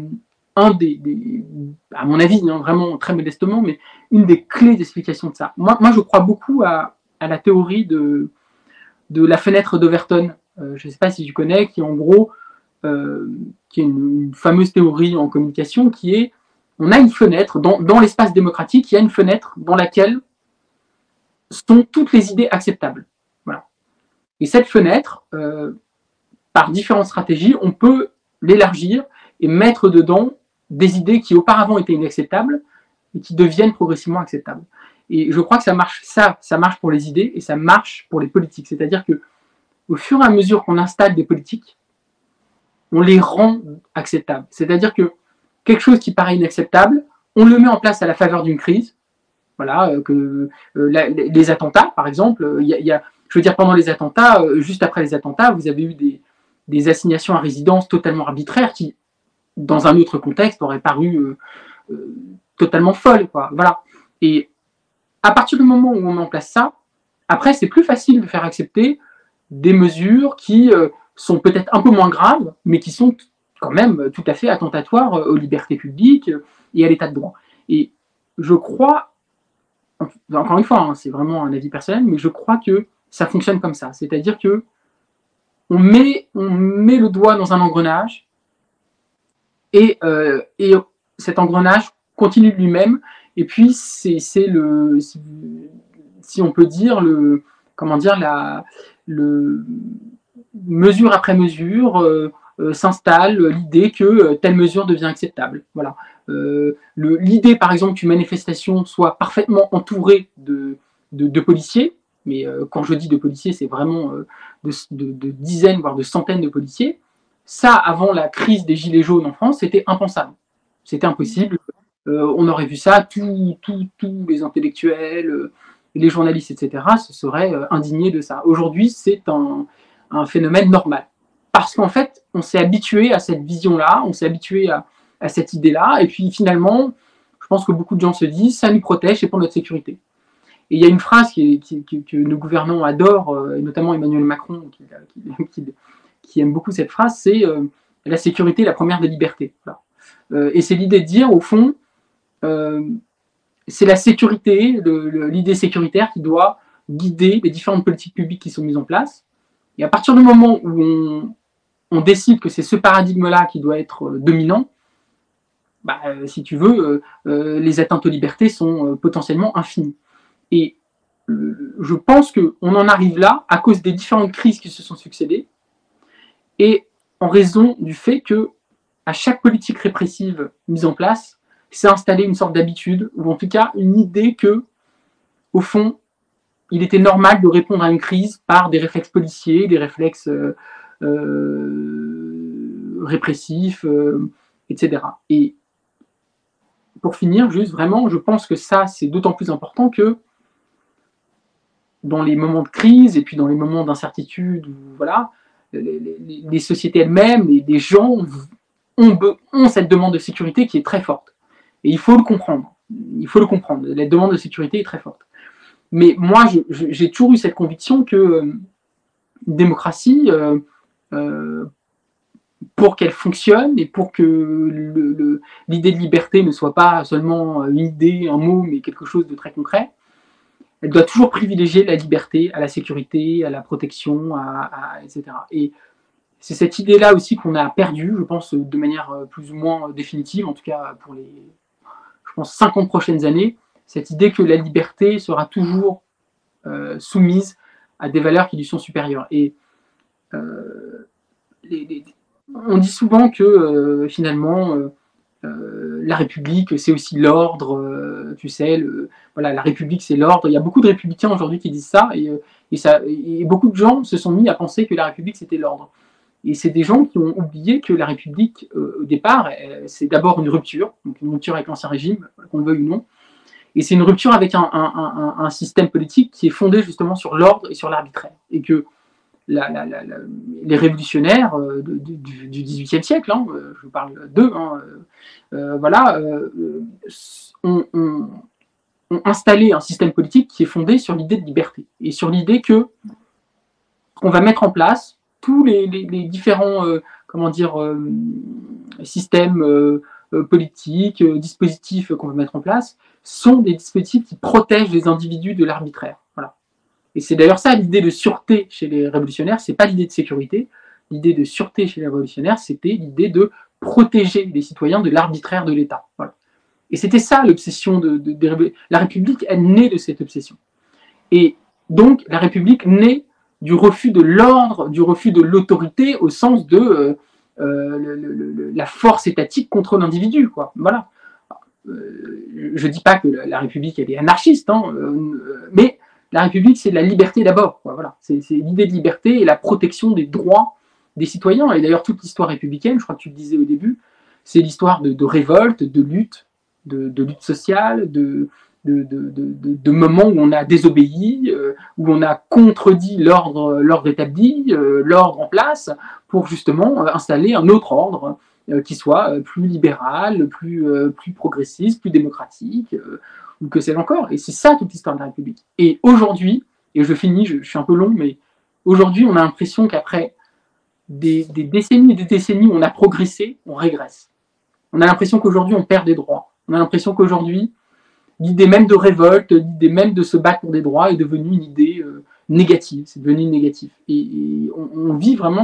à mon avis, hein, vraiment très modestement, mais une des clés d'explication de ça. Moi je crois beaucoup à la théorie de la fenêtre d'Overton. Je ne sais pas si tu connais, qui en gros, qui est une fameuse théorie en communication, qui est, on a une fenêtre, dans l'espace démocratique, il y a une fenêtre dans laquelle sont toutes les idées acceptables. Voilà. Et cette fenêtre, par différentes stratégies, on peut l'élargir et mettre dedans des idées qui auparavant étaient inacceptables et qui deviennent progressivement acceptables. Et je crois que ça marche pour les idées et ça marche pour les politiques. C'est-à-dire que au fur et à mesure qu'on installe des politiques, on les rend acceptables. C'est-à-dire que quelque chose qui paraît inacceptable, on le met en place à la faveur d'une crise. Voilà, les attentats, par exemple, je veux dire, pendant les attentats, juste après les attentats, vous avez eu des assignations à résidence totalement arbitraires qui, dans un autre contexte, auraient paru totalement folles, quoi. Voilà. Et à partir du moment où on met en place ça, après, c'est plus facile de faire accepter des mesures qui sont peut-être un peu moins graves, mais qui sont quand même tout à fait attentatoires aux libertés publiques et à l'état de droit. Et je crois, encore une fois, hein, c'est vraiment un avis personnel, mais je crois que ça fonctionne comme ça. C'est-à-dire que on met le doigt dans un engrenage et cet engrenage continue de lui-même. Et puis, si on peut dire, mesure après mesure, s'installe l'idée que telle mesure devient acceptable. Voilà. L'idée, par exemple, qu'une manifestation soit parfaitement entourée de policiers, mais quand je dis de policiers, c'est vraiment de dizaines, voire de centaines de policiers, Ça, avant la crise des Gilets jaunes en France, c'était impensable. C'était impossible. On aurait vu ça, tous les intellectuels, les journalistes, etc., se seraient indignés de ça. Aujourd'hui, c'est un phénomène normal. Parce qu'en fait, on s'est habitué à cette vision-là, on s'est habitué à cette idée-là, et puis finalement, je pense que beaucoup de gens se disent, ça nous protège, c'est pour notre sécurité. Et il y a une phrase que nos gouvernants adorent, et notamment Emmanuel Macron, qui aime beaucoup cette phrase, c'est la sécurité est la première des libertés. Voilà. Et c'est l'idée de dire, au fond, c'est la sécurité, l'idée sécuritaire qui doit guider les différentes politiques publiques qui sont mises en place. Et à partir du moment où on décide que c'est ce paradigme-là qui doit être dominant, si tu veux, les atteintes aux libertés sont potentiellement infinies. Et je pense qu'on en arrive là à cause des différentes crises qui se sont succédées et en raison du fait que à chaque politique répressive mise en place, s'est installée une sorte d'habitude, ou en tout cas une idée que, au fond, il était normal de répondre à une crise par des réflexes policiers, des réflexes répressifs, etc. Et pour finir, juste vraiment, je pense que ça, c'est d'autant plus important que dans les moments de crise et puis dans les moments d'incertitude, voilà, les sociétés elles-mêmes, les gens ont cette demande de sécurité qui est très forte. Et il faut le comprendre. Il faut le comprendre. La demande de sécurité est très forte. Mais moi, j'ai toujours eu cette conviction que une démocratie, pour qu'elle fonctionne et pour que l'idée de liberté ne soit pas seulement une idée, un mot, mais quelque chose de très concret, elle doit toujours privilégier la liberté à la sécurité, à la protection, etc. Et c'est cette idée-là aussi qu'on a perdue, je pense, de manière plus ou moins définitive, en tout cas pour les, je pense, 50 prochaines années, cette idée que la liberté sera toujours soumise à des valeurs qui lui sont supérieures. Et on dit souvent que finalement, la République, c'est aussi l'ordre, tu sais, voilà, la République, c'est l'ordre. Il y a beaucoup de républicains aujourd'hui qui disent ça, et beaucoup de gens se sont mis à penser que la République, c'était l'ordre. Et c'est des gens qui ont oublié que la République, au départ, c'est d'abord une rupture avec l'Ancien Régime, qu'on le veuille ou non, et c'est une rupture avec un système politique qui est fondé justement sur l'ordre et sur l'arbitraire. Et que les révolutionnaires du XVIIIe siècle, je parle d'eux, ont installé un système politique qui est fondé sur l'idée de liberté et sur l'idée qu'on va mettre en place tous les différents systèmes politiques, dispositifs qu'on va mettre en place sont des dispositifs qui protègent les individus de l'arbitraire. Voilà. Et c'est d'ailleurs ça l'idée de sûreté chez les révolutionnaires, c'est pas l'idée de sécurité. L'idée de sûreté chez les révolutionnaires, c'était l'idée de protéger les citoyens de l'arbitraire de l'État. Voilà. Et c'était ça l'obsession la République, elle naît de cette obsession. Et donc la République naît du refus de l'ordre, du refus de l'autorité au sens de la force étatique contre l'individu, quoi. Voilà. Je dis pas que la République elle est anarchiste, mais la République c'est la liberté d'abord, quoi. Voilà. C'est l'idée de liberté et la protection des droits des citoyens. Et d'ailleurs toute l'histoire républicaine, je crois que tu le disais au début, c'est l'histoire de révolte, de lutte sociale, de moments où on a désobéi, où on a contredit l'ordre établi, l'ordre en place, pour justement installer un autre ordre qui soit plus libéral, plus progressiste, plus démocratique, ou que sais-je encore. Et c'est ça toute l'histoire de la République. Et aujourd'hui, et je finis, je suis un peu long, mais aujourd'hui on a l'impression qu'après des décennies et des décennies où on a progressé, on régresse. On a l'impression qu'aujourd'hui on perd des droits. On a l'impression qu'aujourd'hui l'idée même de révolte, l'idée même de se battre pour des droits est devenue une idée négative, c'est devenu négatif. Et on vit vraiment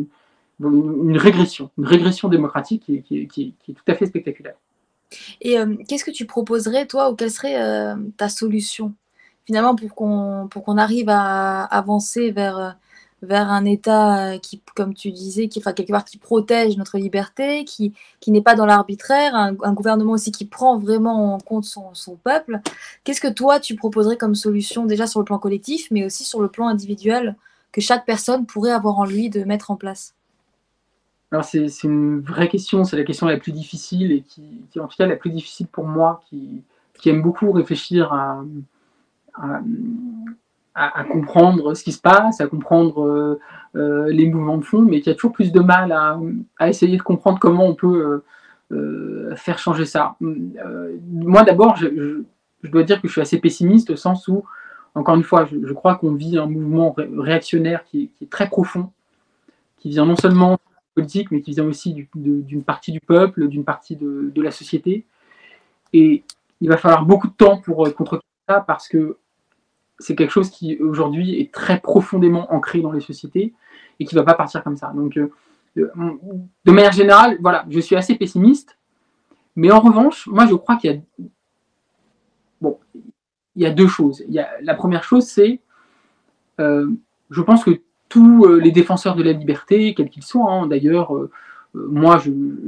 une régression démocratique qui est tout à fait spectaculaire. Et qu'est-ce que tu proposerais, toi, ou quelle serait ta solution, finalement, pour qu'on arrive à avancer vers un État qui, comme tu disais, quelque part qui protège notre liberté, qui n'est pas dans l'arbitraire, un gouvernement aussi qui prend vraiment en compte son peuple. Qu'est-ce que toi, tu proposerais comme solution, déjà sur le plan collectif, mais aussi sur le plan individuel, que chaque personne pourrait avoir en lui de mettre en place? Alors c'est une vraie question, c'est la question la plus difficile et qui en tout cas la plus difficile pour moi, qui aime beaucoup réfléchir à, à comprendre ce qui se passe, à comprendre les mouvements de fond, mais qui a toujours plus de mal à essayer de comprendre comment on peut faire changer ça. Moi d'abord, je dois dire que je suis assez pessimiste au sens où, encore une fois, je crois qu'on vit un mouvement réactionnaire qui est très profond, qui vient non seulement politique, mais qui vient aussi d'une partie du peuple, d'une partie de la société. Et il va falloir beaucoup de temps pour contrecarrer ça, parce que c'est quelque chose qui, aujourd'hui, est très profondément ancré dans les sociétés et qui ne va pas partir comme ça. Donc, de manière générale, voilà, je suis assez pessimiste. Mais en revanche, moi, je crois qu'il y a... Bon, il y a deux choses. La première chose, c'est... je pense que tous les défenseurs de la liberté, quels qu'ils soient, hein, d'ailleurs, moi,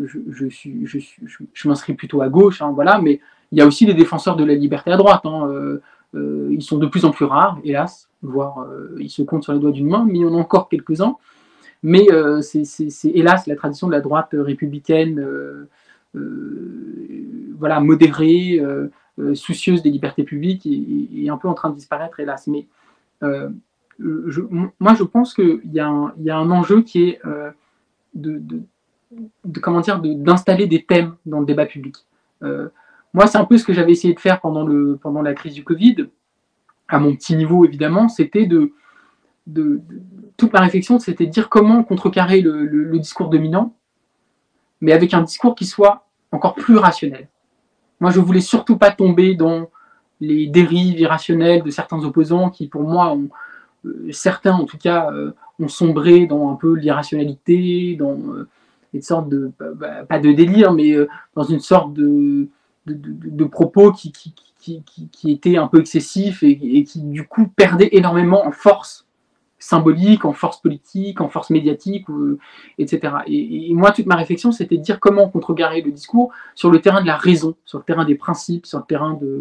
je m'inscris plutôt à gauche, hein, voilà, mais il y a aussi les défenseurs de la liberté à droite. Hein, ils sont de plus en plus rares, hélas, voire ils se comptent sur les doigts d'une main, mais il y en a encore quelques-uns. Mais c'est hélas la tradition de la droite républicaine, voilà, modérée, soucieuse des libertés publiques, est un peu en train de disparaître, hélas. Mais moi, je pense qu'il y a un enjeu qui est d'installer des thèmes dans le débat public. Moi, c'est un peu ce que j'avais essayé de faire pendant la crise du Covid, à mon petit niveau évidemment. C'était toute ma réflexion, c'était de dire comment contrecarrer le discours dominant, mais avec un discours qui soit encore plus rationnel. Moi, je voulais surtout pas tomber dans les dérives irrationnelles de certains opposants qui, pour moi, certains en tout cas, ont sombré dans un peu l'irrationalité, dans une sorte de, pas de délire, mais dans une sorte de propos qui étaient un peu excessifs et qui, du coup, perdaient énormément en force symbolique, en force politique, en force médiatique, etc. Et moi, toute ma réflexion, c'était de dire comment contrecarrer le discours sur le terrain de la raison, sur le terrain des principes, sur le terrain de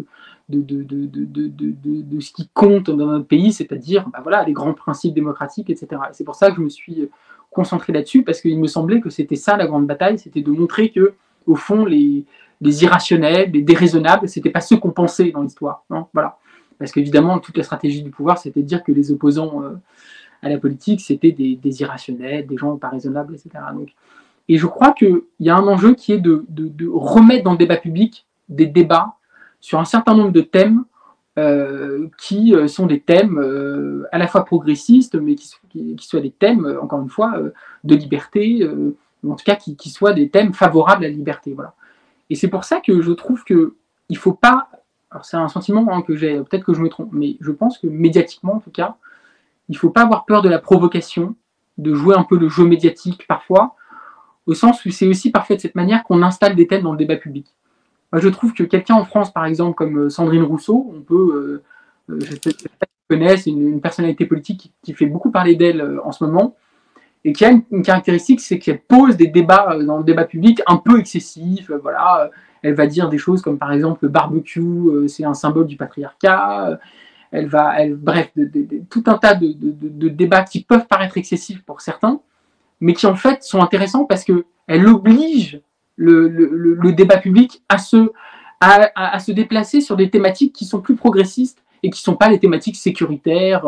ce qui compte dans notre pays, c'est-à-dire voilà, les grands principes démocratiques, etc. Et c'est pour ça que je me suis concentré là-dessus, parce qu'il me semblait que c'était ça la grande bataille, c'était de montrer que, au fond, les irrationnels, les déraisonnables, c'était pas ceux qu'on pensait dans l'histoire. Hein, voilà. Parce qu'évidemment, toute la stratégie du pouvoir, c'était de dire que les opposants à la politique, c'était des irrationnels, des gens pas raisonnables, etc. Donc, et je crois qu'il y a un enjeu qui est de remettre dans le débat public des débats sur un certain nombre de thèmes qui sont des thèmes à la fois progressistes, mais qui soient des thèmes, encore une fois, de liberté, ou en tout cas qui soient des thèmes favorables à la liberté. Voilà. Et c'est pour ça que je trouve qu'il ne faut pas... Alors c'est un sentiment que j'ai, peut-être que je me trompe, mais je pense que médiatiquement, en tout cas, il ne faut pas avoir peur de la provocation, de jouer un peu le jeu médiatique parfois, au sens où c'est aussi parfois de cette manière qu'on installe des thèmes dans le débat public. Moi, je trouve que quelqu'un en France, par exemple, comme Sandrine Rousseau, on peut, je sais pas si tu connais, c'est une personnalité politique qui fait beaucoup parler d'elle en ce moment, et qui a une caractéristique, c'est qu'elle pose des débats dans le débat public un peu excessifs, voilà. Elle va dire des choses comme par exemple le barbecue, c'est un symbole du patriarcat. Bref, tout un tas de débats qui peuvent paraître excessifs pour certains, mais qui en fait sont intéressants parce qu'elle oblige le débat public à se déplacer sur des thématiques qui sont plus progressistes et qui ne sont pas les thématiques sécuritaires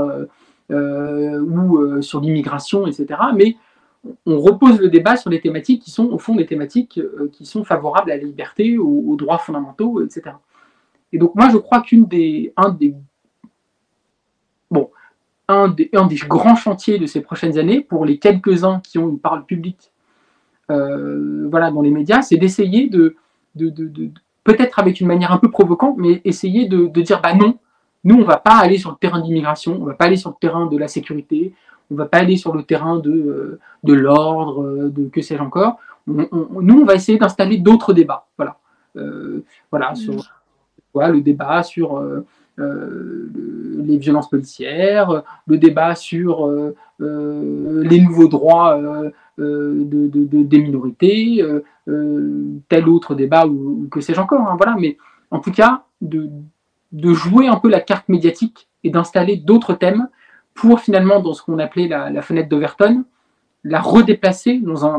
ou sur l'immigration, etc. Mais on repose le débat sur des thématiques qui sont, au fond, des thématiques qui sont favorables à la liberté, aux droits fondamentaux, etc. Et donc, moi, je crois un des grands chantiers de ces prochaines années, pour les quelques-uns qui ont une parole publique voilà, dans les médias, c'est d'essayer de peut-être avec une manière un peu provocante, mais essayer de dire, bah non, nous, on ne va pas aller sur le terrain d'immigration, on ne va pas aller sur le terrain de la sécurité, on ne va pas aller sur le terrain de l'ordre, de que sais-je encore. Nous, on va essayer d'installer d'autres débats. Voilà. Voilà, sur le débat sur les violences policières, le débat sur les nouveaux droits des minorités, tel autre débat ou que sais-je encore. Hein, voilà. Mais en tout cas, de jouer un peu la carte médiatique et d'installer d'autres thèmes pour finalement, dans ce qu'on appelait la fenêtre d'Overton, la redéplacer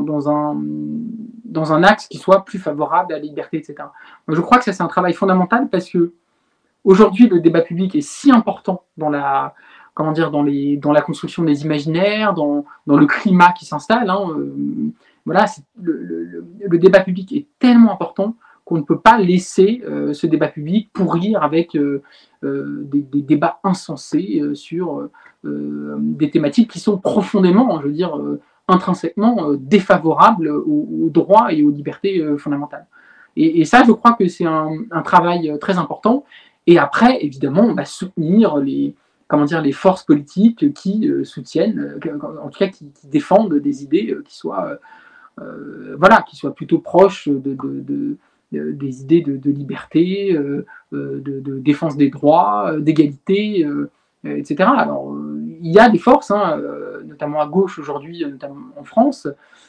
dans un axe qui soit plus favorable à la liberté, etc. Moi, je crois que ça, c'est un travail fondamental parce que aujourd'hui, le débat public est si important dans la, comment dire, dans la construction des imaginaires, dans le climat qui s'installe. Voilà, le débat public est tellement important qu'on ne peut pas laisser ce débat public pourrir avec des débats insensés sur des thématiques qui sont profondément, je veux dire, intrinsèquement défavorables aux droits et aux libertés fondamentales. Et ça, je crois que c'est un travail très important. Et après, évidemment, on va soutenir les forces politiques qui soutiennent, en tout cas qui défendent des idées qui soient plutôt proches des idées de liberté, de défense des droits, d'égalité, etc. Alors, il y a des forces, notamment à gauche aujourd'hui, notamment en France,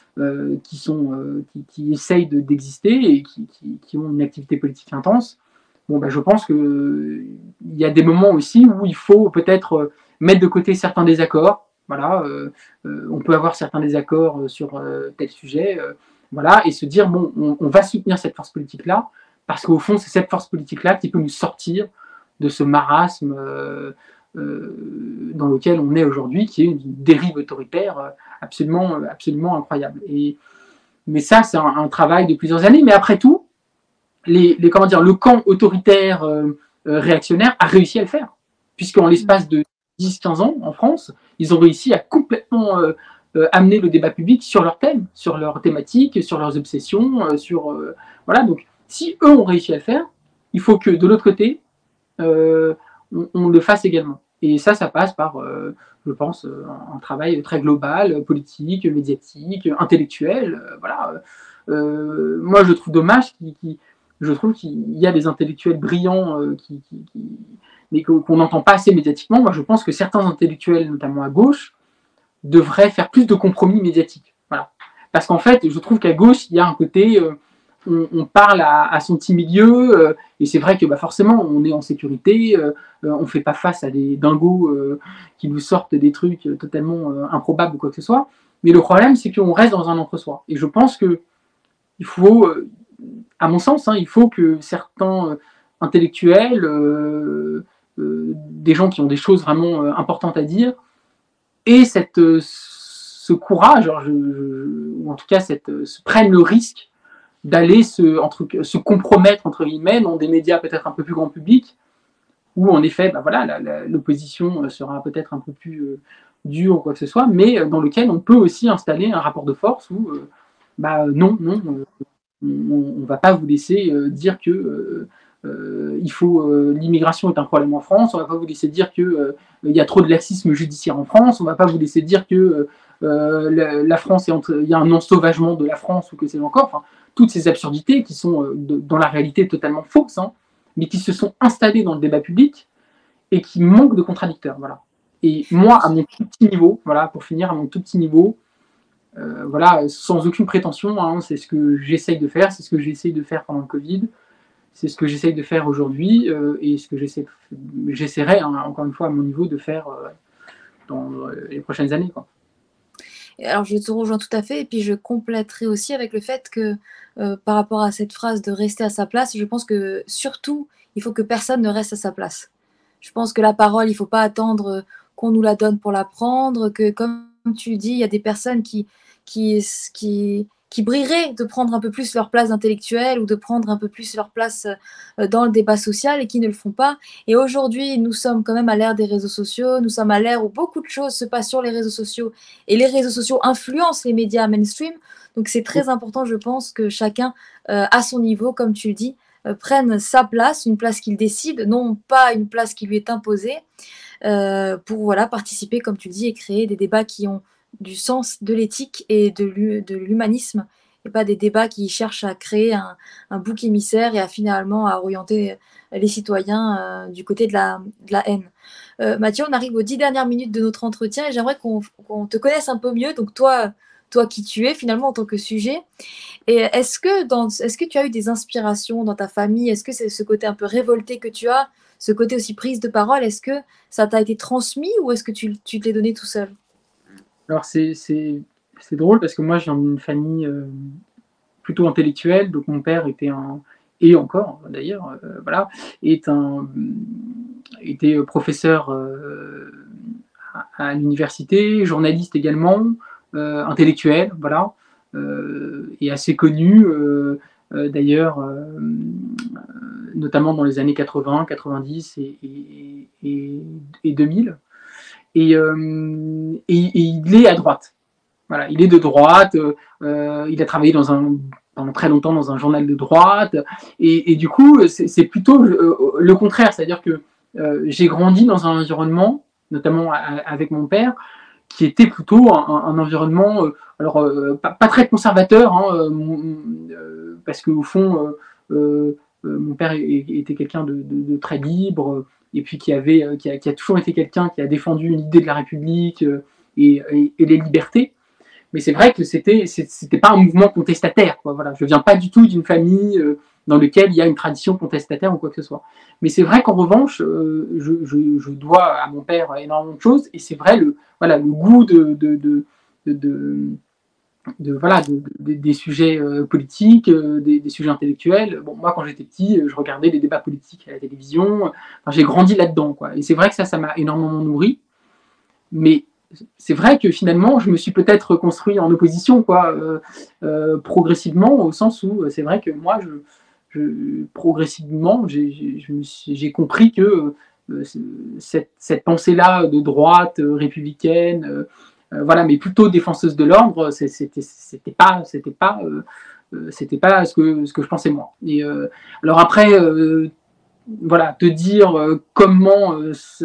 qui essayent d'exister et qui ont une activité politique intense. Bon, je pense qu'il y a des moments aussi où il faut peut-être mettre de côté certains désaccords. Voilà, on peut avoir certains désaccords sur tel sujet, voilà, et se dire bon, on va soutenir cette force politique-là, parce qu'au fond, c'est cette force politique-là qui peut nous sortir de ce marasme dans lequel on est aujourd'hui, qui est une dérive autoritaire absolument incroyable. Mais ça, c'est un travail de plusieurs années. Mais après tout, le camp autoritaire réactionnaire a réussi à le faire, puisqu'en l'espace de 10-15 ans, en France, ils ont réussi à complètement amener le débat public sur leurs thèmes, sur leurs thématiques, sur leurs obsessions, voilà. Donc, si eux ont réussi à le faire, il faut que, de l'autre côté, on le fasse également. Et ça passe par, je pense, un travail très global, politique, médiatique, intellectuel, voilà. Moi, je trouve dommage je trouve qu'il y a des intellectuels brillants mais qu'on n'entend pas assez médiatiquement. Moi, je pense que certains intellectuels, notamment à gauche, devraient faire plus de compromis médiatiques. Voilà. Parce qu'en fait, je trouve qu'à gauche, il y a un côté, on parle à son petit milieu, et c'est vrai que forcément, on est en sécurité, on ne fait pas face à des dingos qui nous sortent des trucs totalement improbables ou quoi que ce soit. Mais le problème, c'est qu'on reste dans un entre-soi. Et je pense qu'il faut... à mon sens, il faut que certains intellectuels, des gens qui ont des choses vraiment importantes à dire, aient ce courage, ou en tout cas prennent le risque d'aller se compromettre, entre guillemets, dans des médias peut-être un peu plus grand public, où en effet, l'opposition sera peut-être un peu plus dure ou quoi que ce soit, mais dans lequel on peut aussi installer un rapport de force où, non, on ne va pas vous laisser dire que l'immigration est un problème en France, on ne va pas vous laisser dire qu'il y a trop de laxisme judiciaire en France, on ne va pas vous laisser dire que la France il y a un ensauvagement de la France ou que c'est encore, enfin, toutes ces absurdités qui sont dans la réalité totalement fausses, mais qui se sont installées dans le débat public et qui manquent de contradicteurs. Voilà. Et moi, à mon tout petit niveau, voilà, pour finir, à mon tout petit niveau, voilà, sans aucune prétention, c'est ce que j'essaye de faire, c'est ce que j'ai essayé de faire pendant le Covid, c'est ce que j'essaye de faire aujourd'hui, et ce que j'essaierai, encore une fois, à mon niveau, de faire dans les prochaines années, quoi. Alors, je te rejoins tout à fait, et puis je compléterai aussi avec le fait que par rapport à cette phrase de rester à sa place, je pense que surtout, il faut que personne ne reste à sa place. Je pense que la parole, il ne faut pas attendre qu'on nous la donne pour la prendre, que comme tu dis, il y a des personnes qui brilleraient de prendre un peu plus leur place d'intellectuel ou de prendre un peu plus leur place dans le débat social et qui ne le font pas. Et aujourd'hui, nous sommes quand même à l'ère des réseaux sociaux, nous sommes à l'ère où beaucoup de choses se passent sur les réseaux sociaux et les réseaux sociaux influencent les médias mainstream. Donc c'est très important, je pense, que chacun, à son niveau, comme tu le dis, prenne sa place, une place qu'il décide, non pas une place qui lui est imposée, pour participer, comme tu le dis, et créer des débats qui ont du sens, de l'éthique et de l'humanisme, et pas des débats qui cherchent à créer un bouc émissaire et à orienter les citoyens du côté de la haine. Mathieu, on arrive aux 10 dernières minutes de notre entretien et j'aimerais qu'on te connaisse un peu mieux. Donc toi qui tu es finalement en tant que sujet. Et est-ce que tu as eu des inspirations dans ta famille? Est-ce que c'est ce côté un peu révolté que tu as, ce côté aussi prise de parole, est-ce que ça t'a été transmis ou est-ce que tu te l'es donné tout seul? Alors c'est c'est drôle parce que moi, je viens d'une famille plutôt intellectuelle, donc mon père était et encore d'ailleurs, voilà, était professeur à l'université, journaliste également, intellectuel, voilà, et assez connu d'ailleurs, notamment dans les années 80, 90 et 2000. Et il est à droite. Voilà, il est de droite. Il a travaillé pendant très longtemps dans un journal de droite. Et du coup, c'est plutôt le contraire. C'est-à-dire que j'ai grandi dans un environnement, notamment avec mon père, qui était plutôt un environnement, pas très conservateur, hein, parce qu'au fond, mon père était quelqu'un de très libre, et puis qui a toujours été quelqu'un qui a défendu une idée de la République et les libertés. Mais c'est vrai que c'était pas un mouvement contestataire, quoi. Voilà, je viens pas du tout d'une famille dans laquelle il y a une tradition contestataire ou quoi que ce soit. Mais c'est vrai qu'en revanche, je dois à mon père énormément de choses, et c'est vrai le goût des sujets politiques, des sujets intellectuels. Bon, moi, quand j'étais petit, je regardais les débats politiques à la télévision. Enfin, j'ai grandi là-dedans, quoi. Et c'est vrai que ça m'a énormément nourri. Mais c'est vrai que finalement, je me suis peut-être construit en opposition, quoi, progressivement, au sens où c'est vrai que moi, progressivement, j'ai compris que cette pensée-là de droite républicaine, voilà, mais plutôt défenseuse de l'ordre, c'était pas ce que je pensais moi. Et alors après, voilà, te dire comment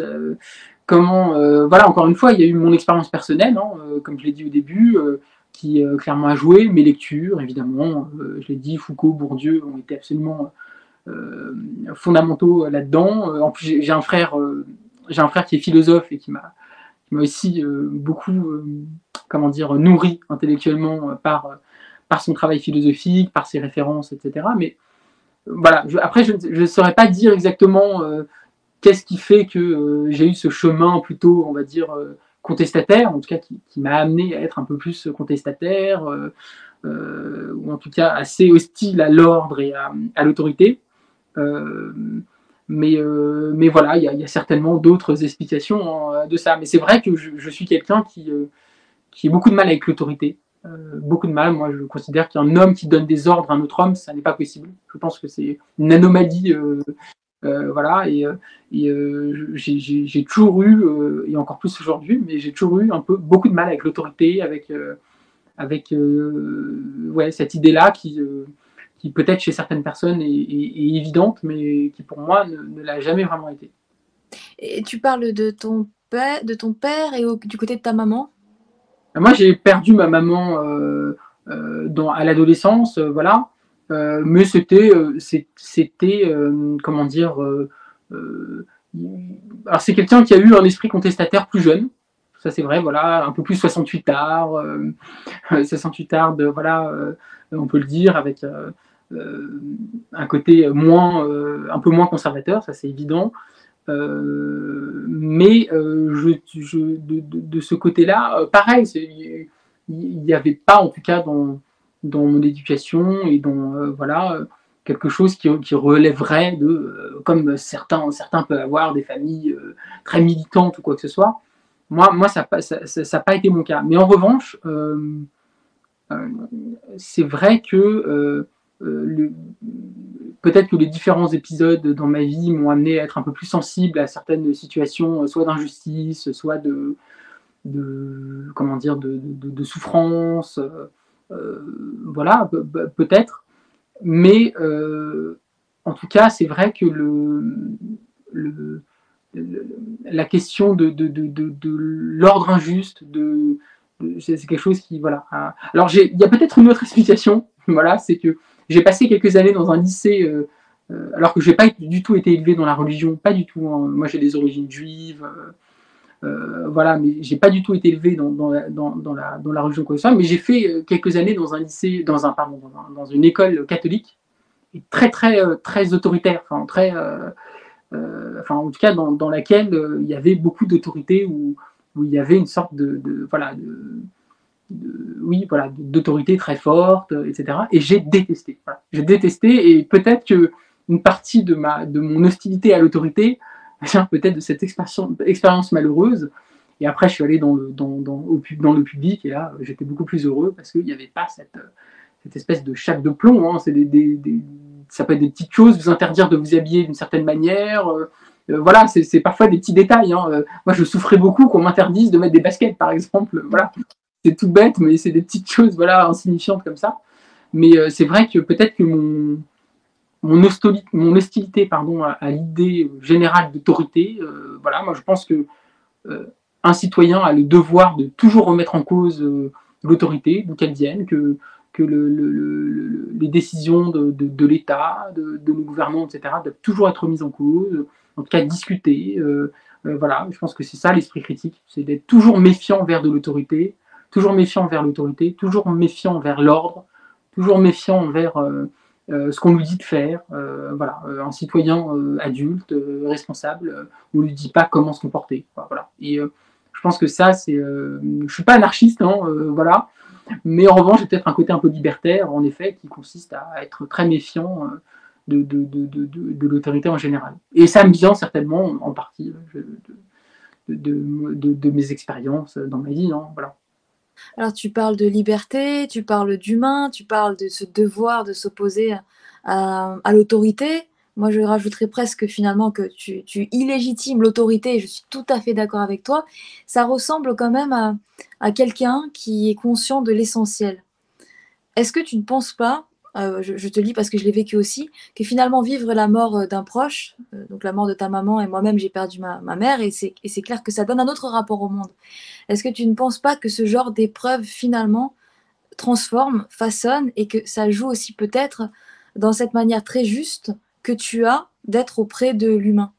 voilà, encore une fois, il y a eu mon expérience personnelle, hein, comme je l'ai dit au début, qui clairement a joué, mes lectures, évidemment, je l'ai dit, Foucault, Bourdieu ont été absolument fondamentaux là-dedans. En plus, j'ai un frère qui est philosophe et qui m'a aussi beaucoup, nourri intellectuellement par son travail philosophique, par ses références, etc. Mais voilà, après, je ne saurais pas dire exactement qu'est-ce qui fait que j'ai eu ce chemin plutôt, on va dire, contestataire, en tout cas qui m'a amené à être un peu plus contestataire, ou en tout cas assez hostile à l'ordre et à l'autorité. Mais voilà, il y a certainement d'autres explications de ça. Mais c'est vrai que je suis quelqu'un qui a beaucoup de mal avec l'autorité. Beaucoup de mal. Moi, je considère qu'un homme qui donne des ordres à un autre homme, ça n'est pas possible. Je pense que c'est une anomalie. Voilà, et j'ai toujours eu, et encore plus aujourd'hui, mais j'ai toujours eu beaucoup de mal avec l'autorité, avec cette idée-là qui peut-être chez certaines personnes est évidente, mais qui pour moi ne l'a jamais vraiment été. Et tu parles de ton père et du côté de ta maman? Moi, j'ai perdu ma maman à l'adolescence, voilà. Mais c'était comment dire, alors c'est quelqu'un qui a eu un esprit contestataire plus jeune, ça c'est vrai, voilà, un peu plus 68 art, 68 art voilà, on peut le dire, avec un côté un peu moins conservateur, ça c'est évident. Mais de ce côté-là, pareil, il n'y avait pas, en tout cas dans mon éducation et dans voilà, quelque chose qui relèverait de, comme certains peuvent avoir des familles très militantes ou quoi que ce soit. Moi ça n'a pas été mon cas. Mais en revanche, c'est vrai que peut-être que les différents épisodes dans ma vie m'ont amené à être un peu plus sensible à certaines situations, soit d'injustice, soit de souffrance, voilà, peut-être. Mais en tout cas, c'est vrai que la question de l'ordre injuste, c'est quelque chose qui, voilà. Alors, il y a peut-être une autre explication, voilà, c'est que j'ai passé quelques années dans un lycée, alors que je n'ai pas du tout été élevé dans la religion, pas du tout, hein. Moi, j'ai des origines juives, voilà, mais j'ai pas du tout été élevé dans la religion comme ça, mais j'ai fait quelques années dans un lycée, dans une école catholique, et très très très autoritaire, enfin très, en tout cas dans laquelle il y avait beaucoup d'autorité, où il y avait une sorte oui, voilà, d'autorité très forte, etc. Et j'ai détesté. Voilà. J'ai détesté, et peut-être qu'une partie de mon hostilité à l'autorité vient peut-être de cette expérience malheureuse. Et après, je suis allé dans le public, et là, j'étais beaucoup plus heureux parce qu'il n'y avait pas cette espèce de chape de plomb. Hein. C'est ça peut être des petites choses, vous interdire de vous habiller d'une certaine manière. Voilà, c'est parfois des petits détails. Hein. Moi, je souffrais beaucoup qu'on m'interdise de mettre des baskets, par exemple. Voilà, c'est tout bête, mais c'est des petites choses, voilà, insignifiantes comme ça. Mais c'est vrai que peut-être que mon hostilité, pardon, à l'idée générale d'autorité, voilà, moi, je pense que un citoyen a le devoir de toujours remettre en cause l'autorité, d'où qu'elle vienne, que les décisions de l'État, de nos gouvernants, etc., doivent toujours être mises en cause, en tout cas discutées. Voilà, je pense que c'est ça l'esprit critique, c'est d'être toujours méfiant envers de l'autorité, toujours méfiant envers l'autorité, toujours méfiant envers l'ordre, toujours méfiant envers ce qu'on nous dit de faire. Voilà, un citoyen adulte, responsable, on ne lui dit pas comment se comporter. Voilà. Et je pense que ça, c'est. Je ne suis pas anarchiste, hein, voilà. Mais en revanche, j'ai peut-être un côté un peu libertaire, en effet, qui consiste à être très méfiant de l'autorité en général. Et ça me vient certainement, en partie, de mes expériences dans ma vie. Hein, voilà. Alors, tu parles de liberté, tu parles d'humain, tu parles de ce devoir de s'opposer à l'autorité. Moi, je rajouterais presque finalement que tu illégitimes l'autorité, et je suis tout à fait d'accord avec toi. Ça ressemble quand même à quelqu'un qui est conscient de l'essentiel. Est-ce que tu ne penses pas, je te lis parce que je l'ai vécu aussi, que finalement vivre la mort d'un proche, donc la mort de ta maman, et moi-même j'ai perdu ma mère, et c'est clair que ça donne un autre rapport au monde. Est-ce que tu ne penses pas que ce genre d'épreuve finalement transforme, façonne, et que ça joue aussi peut-être dans cette manière très juste que tu as d'être auprès de l'humain?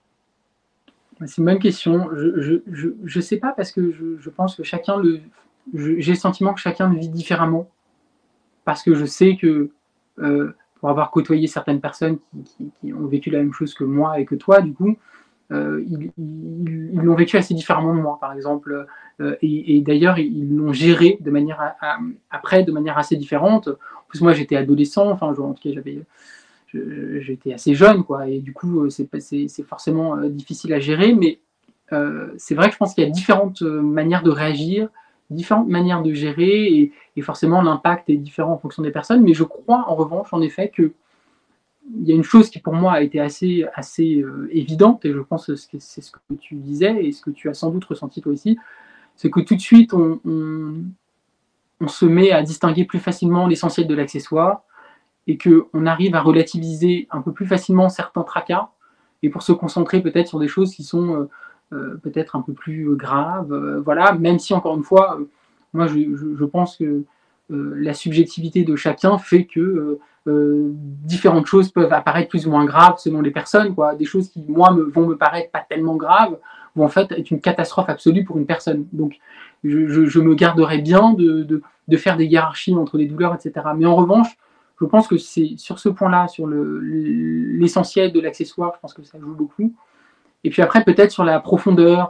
C'est une bonne question. Je sais pas, parce que je pense que j'ai le sentiment que chacun le vit différemment. Parce que je sais que pour avoir côtoyé certaines personnes qui ont vécu la même chose que moi et que toi, du coup, ils l'ont vécu assez différemment de moi, par exemple. Et d'ailleurs, ils l'ont géré après de manière assez différente. En plus, moi, j'étais adolescent, enfin, en tout cas, j'étais assez jeune, quoi. Et du coup, c'est forcément difficile à gérer. Mais c'est vrai que je pense qu'il y a différentes manières de réagir, différentes manières de gérer, et forcément l'impact est différent en fonction des personnes. Mais je crois en revanche, en effet, que il y a une chose qui pour moi a été assez évidente, et je pense que c'est ce que tu disais et ce que tu as sans doute ressenti toi aussi, c'est que tout de suite on se met à distinguer plus facilement l'essentiel de l'accessoire, et qu'on arrive à relativiser un peu plus facilement certains tracas, et pour se concentrer peut-être sur des choses qui sont peut-être un peu plus graves. Voilà, même si encore une fois, moi je pense que la subjectivité de chacun fait que différentes choses peuvent apparaître plus ou moins graves selon les personnes, quoi. Des choses qui, moi, vont me paraître pas tellement graves, vont en fait être une catastrophe absolue pour une personne. Donc, je me garderais bien de faire des hiérarchies entre les douleurs, etc. Mais en revanche, je pense que c'est sur ce point-là, sur l'essentiel de l'accessoire, je pense que ça joue beaucoup. Et puis après, peut-être sur la profondeur,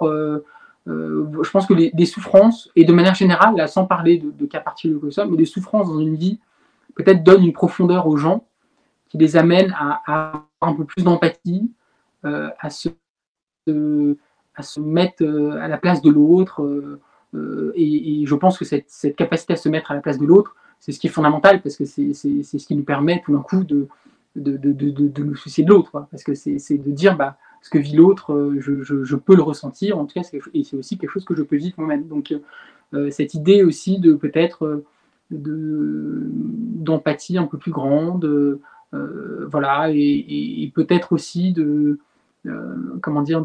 je pense que les souffrances, et de manière générale, là, sans parler de cas particuliers que ça, mais les souffrances dans une vie, peut-être donnent une profondeur aux gens qui les amènent à avoir un peu plus d'empathie, à se mettre à la place de l'autre. Et je pense que cette capacité à se mettre à la place de l'autre, c'est ce qui est fondamental, parce que c'est ce qui nous permet tout d'un coup de nous soucier de l'autre, quoi. Parce que c'est de dire, bah, ce que vit l'autre, je peux le ressentir, en tout cas, et c'est aussi quelque chose que je peux vivre moi-même. Donc, cette idée aussi de peut-être d'empathie un peu plus grande, voilà, et peut-être aussi comment dire,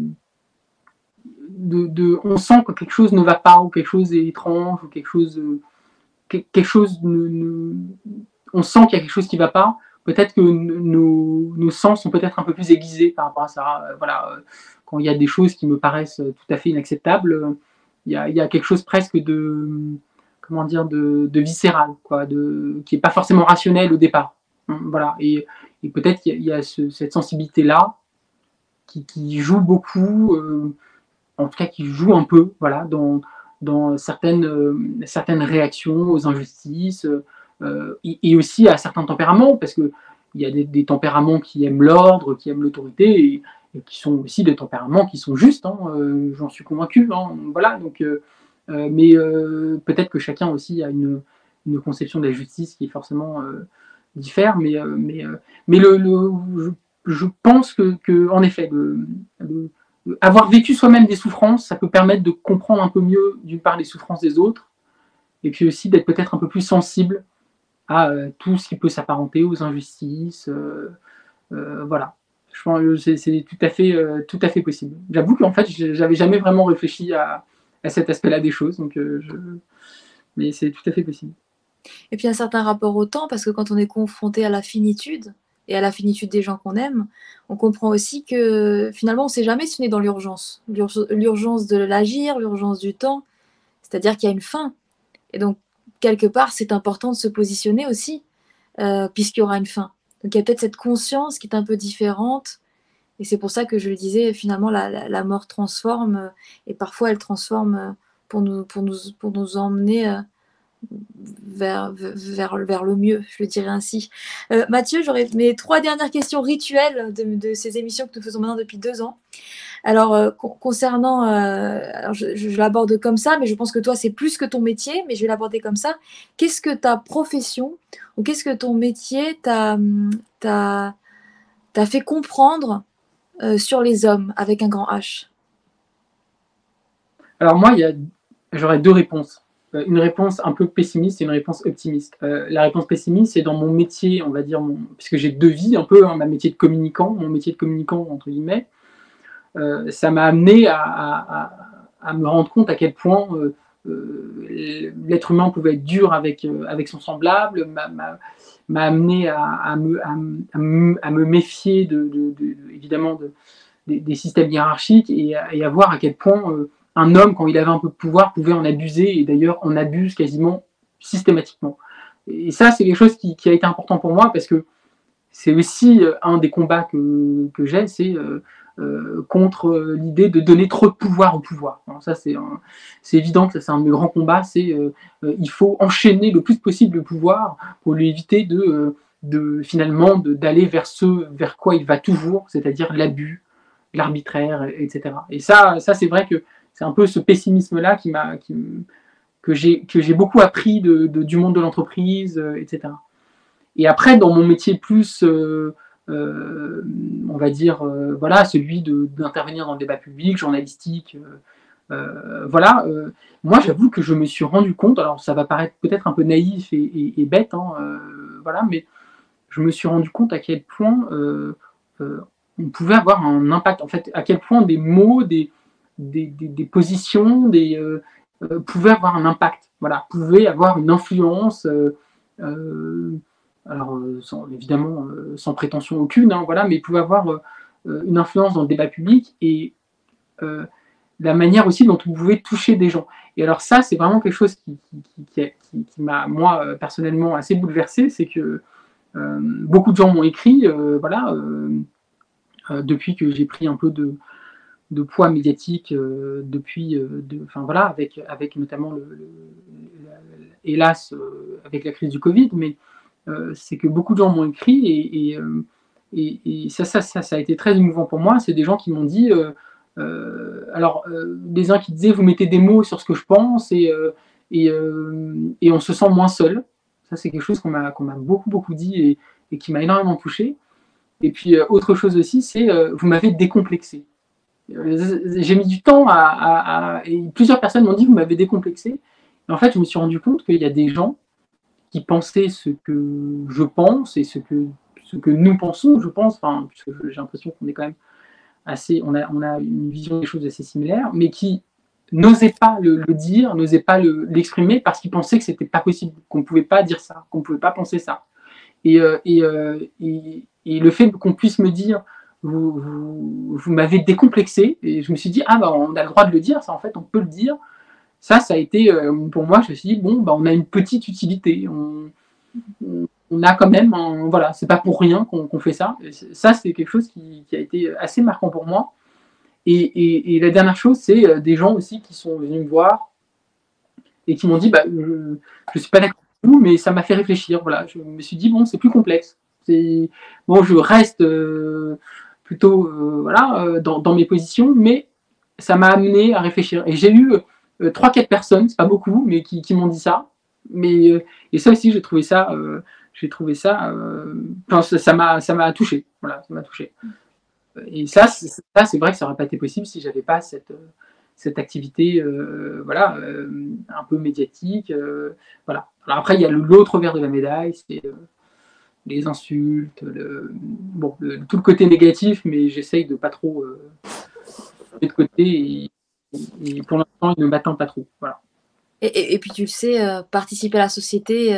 on sent que quelque chose ne va pas, ou quelque chose est étrange, ou quelque chose on sent qu'il y a quelque chose qui ne va pas. Peut-être que nos sens sont peut-être un peu plus aiguisés par rapport à ça. Voilà, quand il y a des choses qui me paraissent tout à fait inacceptables, il y a quelque chose presque de viscéral, quoi, qui n'est pas forcément rationnel au départ. Voilà, et peut-être qu'il y a cette sensibilité-là qui joue beaucoup, en tout cas qui joue un peu, voilà, dans dans certaines réactions aux injustices, et aussi à certains tempéraments, parce qu'il y a des tempéraments qui aiment l'ordre, qui aiment l'autorité, et qui sont aussi des tempéraments qui sont justes, hein, j'en suis convaincu. Hein, voilà, donc, mais peut-être que chacun aussi a une conception de la justice qui est forcément diffère, mais je pense que en effet, avoir vécu soi-même des souffrances, ça peut permettre de comprendre un peu mieux, d'une part, les souffrances des autres, et puis aussi d'être peut-être un peu plus sensible à tout ce qui peut s'apparenter aux injustices. Voilà. Je pense que c'est tout à fait possible. J'avoue qu'en fait, j'avais jamais vraiment réfléchi à cet aspect-là des choses, donc mais c'est tout à fait possible. Et puis un certain rapport au temps, parce que quand on est confronté à la finitude, et à la finitude des gens qu'on aime, on comprend aussi que finalement on ne sait jamais si on est dans l'urgence. L'urgence de l'agir, l'urgence du temps, c'est-à-dire qu'il y a une fin. Et donc, quelque part, c'est important de se positionner aussi, puisqu'il y aura une fin. Donc il y a peut-être cette conscience qui est un peu différente, et c'est pour ça que je le disais, finalement, la mort transforme, et parfois elle transforme pour nous emmener vers le mieux, je le dirais ainsi. Mathieu, j'aurais mes 3 dernières questions rituelles de ces émissions que nous faisons maintenant depuis 2 ans. Alors, concernant, alors je l'aborde comme ça, mais je pense que toi, c'est plus que ton métier, mais je vais l'aborder comme ça. Qu'est-ce que ta profession ou qu'est-ce que ton métier t'a fait comprendre sur les hommes avec un grand H? Alors moi, j'aurais 2 réponses. Une réponse un peu pessimiste et une réponse optimiste. La réponse pessimiste, c'est dans mon métier, on va dire, puisque j'ai 2 vies un peu, hein, mon métier de communicant, entre guillemets, ça m'a amené à me rendre compte à quel point l'être humain pouvait être dur avec son semblable, m'a amené à me méfier évidemment des systèmes hiérarchiques et à voir à quel point un homme, quand il avait un peu de pouvoir, pouvait en abuser, et d'ailleurs en abuse quasiment systématiquement. Et ça, c'est quelque chose qui a été important pour moi, parce que c'est aussi un des combats que j'ai, c'est contre l'idée de donner trop de pouvoir au pouvoir. Alors ça, c'est évident que c'est un de mes grands combats, c'est il faut enchaîner le plus possible le pouvoir pour lui éviter finalement d'aller vers ce vers quoi il va toujours, c'est-à-dire l'abus, l'arbitraire, etc. Et ça c'est vrai que c'est un peu ce pessimisme-là que j'ai beaucoup appris du monde de l'entreprise, etc. Et après, dans mon métier plus, on va dire, voilà, celui d'intervenir dans le débat public, journalistique, voilà, moi j'avoue que je me suis rendu compte, alors ça va paraître peut-être un peu naïf et bête, hein, voilà, mais je me suis rendu compte à quel point on pouvait avoir un impact, en fait, à quel point des mots, des positions, pouvaient avoir un impact, voilà, pouvaient avoir une influence, alors évidemment sans prétention aucune, hein, voilà, mais pouvaient avoir une influence dans le débat public et la manière aussi dont on pouvait toucher des gens. Et alors ça, c'est vraiment quelque chose qui m'a, moi, personnellement, assez bouleversé, c'est que beaucoup de gens m'ont écrit, voilà, depuis que j'ai pris un peu de poids médiatique enfin voilà, avec notamment hélas avec la crise du Covid, mais c'est que beaucoup de gens m'ont écrit et ça a été très émouvant pour moi. C'est des gens qui m'ont dit, alors des uns qui disaient vous mettez des mots sur ce que je pense et on se sent moins seul. Ça c'est quelque chose qu'on m'a beaucoup dit et qui m'a énormément touché. Et puis autre chose aussi, c'est vous m'avez décomplexé. J'ai mis du temps et plusieurs personnes m'ont dit vous m'avez décomplexé. Et en fait, je me suis rendu compte qu'il y a des gens qui pensaient ce que je pense et ce que nous pensons, je pense, enfin, puisque j'ai l'impression qu'on est quand même assez, on a une vision des choses assez similaire, mais qui n'osaient pas le dire, n'osaient pas l'exprimer parce qu'ils pensaient que c'était pas possible, qu'on ne pouvait pas dire ça, qu'on ne pouvait pas penser ça. Et le fait qu'on puisse me dire vous m'avez décomplexé, et je me suis dit on a le droit de le dire, ça en fait on peut le dire. Ça a été pour moi, je me suis dit on a une petite utilité, on a quand même voilà, c'est pas pour rien qu'on fait ça. Et ça c'est quelque chose qui a été assez marquant pour moi. Et la dernière chose, c'est des gens aussi qui sont venus me voir et qui m'ont dit je suis pas d'accord avec vous, mais ça m'a fait réfléchir. Voilà, je me suis dit bon, c'est plus complexe. Bon, je reste plutôt dans mes positions, mais ça m'a amené à réfléchir. Et j'ai eu 3-4 personnes, c'est pas beaucoup, mais qui m'ont dit ça. Mais et ça aussi, j'ai trouvé ça ça m'a touché. Voilà, ça m'a touché. Et ça, c'est vrai que ça n'aurait pas été possible si j'avais pas cette activité un peu médiatique. Voilà. Alors après, il y a l'autre revers de la médaille, c'est les insultes, tout le côté négatif, mais j'essaye de pas trop mettre de côté et pour l'instant, il ne m'atteint pas trop. Voilà. Et puis tu le sais, participer à la société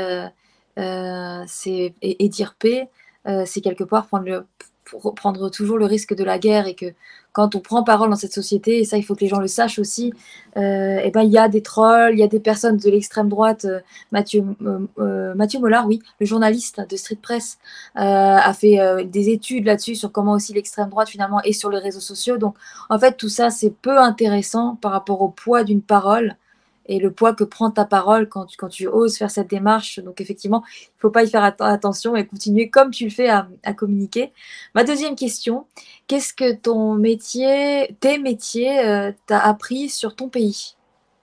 et dire paix, c'est quelque part prendre toujours le risque de la guerre, et que quand on prend parole dans cette société, et ça il faut que les gens le sachent aussi, il y a des trolls, il y a des personnes de l'extrême droite. Mathieu Mollard, oui, le journaliste de Street Press, a fait des études là-dessus sur comment aussi l'extrême droite finalement est sur les réseaux sociaux. Donc en fait tout ça c'est peu intéressant par rapport au poids d'une parole et le poids que prend ta parole quand tu oses faire cette démarche. Donc effectivement, il ne faut pas y faire attention et continuer comme tu le fais à communiquer. Ma deuxième question, qu'est-ce que tes métiers t'a appris sur ton pays?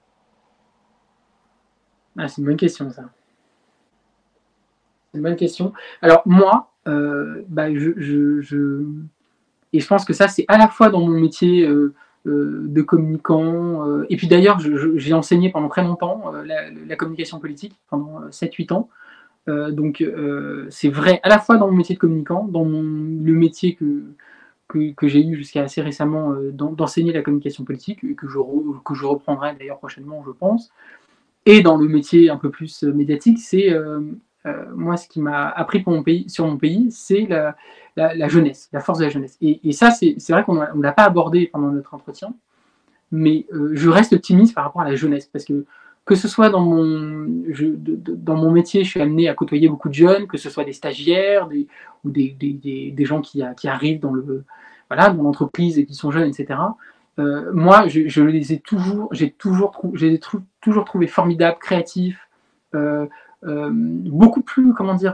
C'est une bonne question, ça. C'est une bonne question. Alors moi, et je pense que ça, c'est à la fois dans mon métier de communicant. Et puis d'ailleurs, j'ai enseigné pendant très longtemps la communication politique, pendant 7-8 ans. Donc c'est vrai à la fois dans mon métier de communicant, dans le métier que j'ai eu jusqu'à assez récemment d'enseigner la communication politique, et que je reprendrai d'ailleurs prochainement, je pense, et dans le métier un peu plus médiatique. C'est moi, ce qui m'a appris sur mon pays, c'est la jeunesse, la force de la jeunesse. Et ça, c'est vrai qu'on ne l'a pas abordé pendant notre entretien, mais je reste optimiste par rapport à la jeunesse, parce que ce soit dans mon métier, je suis amené à côtoyer beaucoup de jeunes, que ce soit des stagiaires ou des gens qui arrivent dans l'entreprise et qui sont jeunes, etc. Moi, je les ai toujours trouvé formidables, créatifs, beaucoup plus,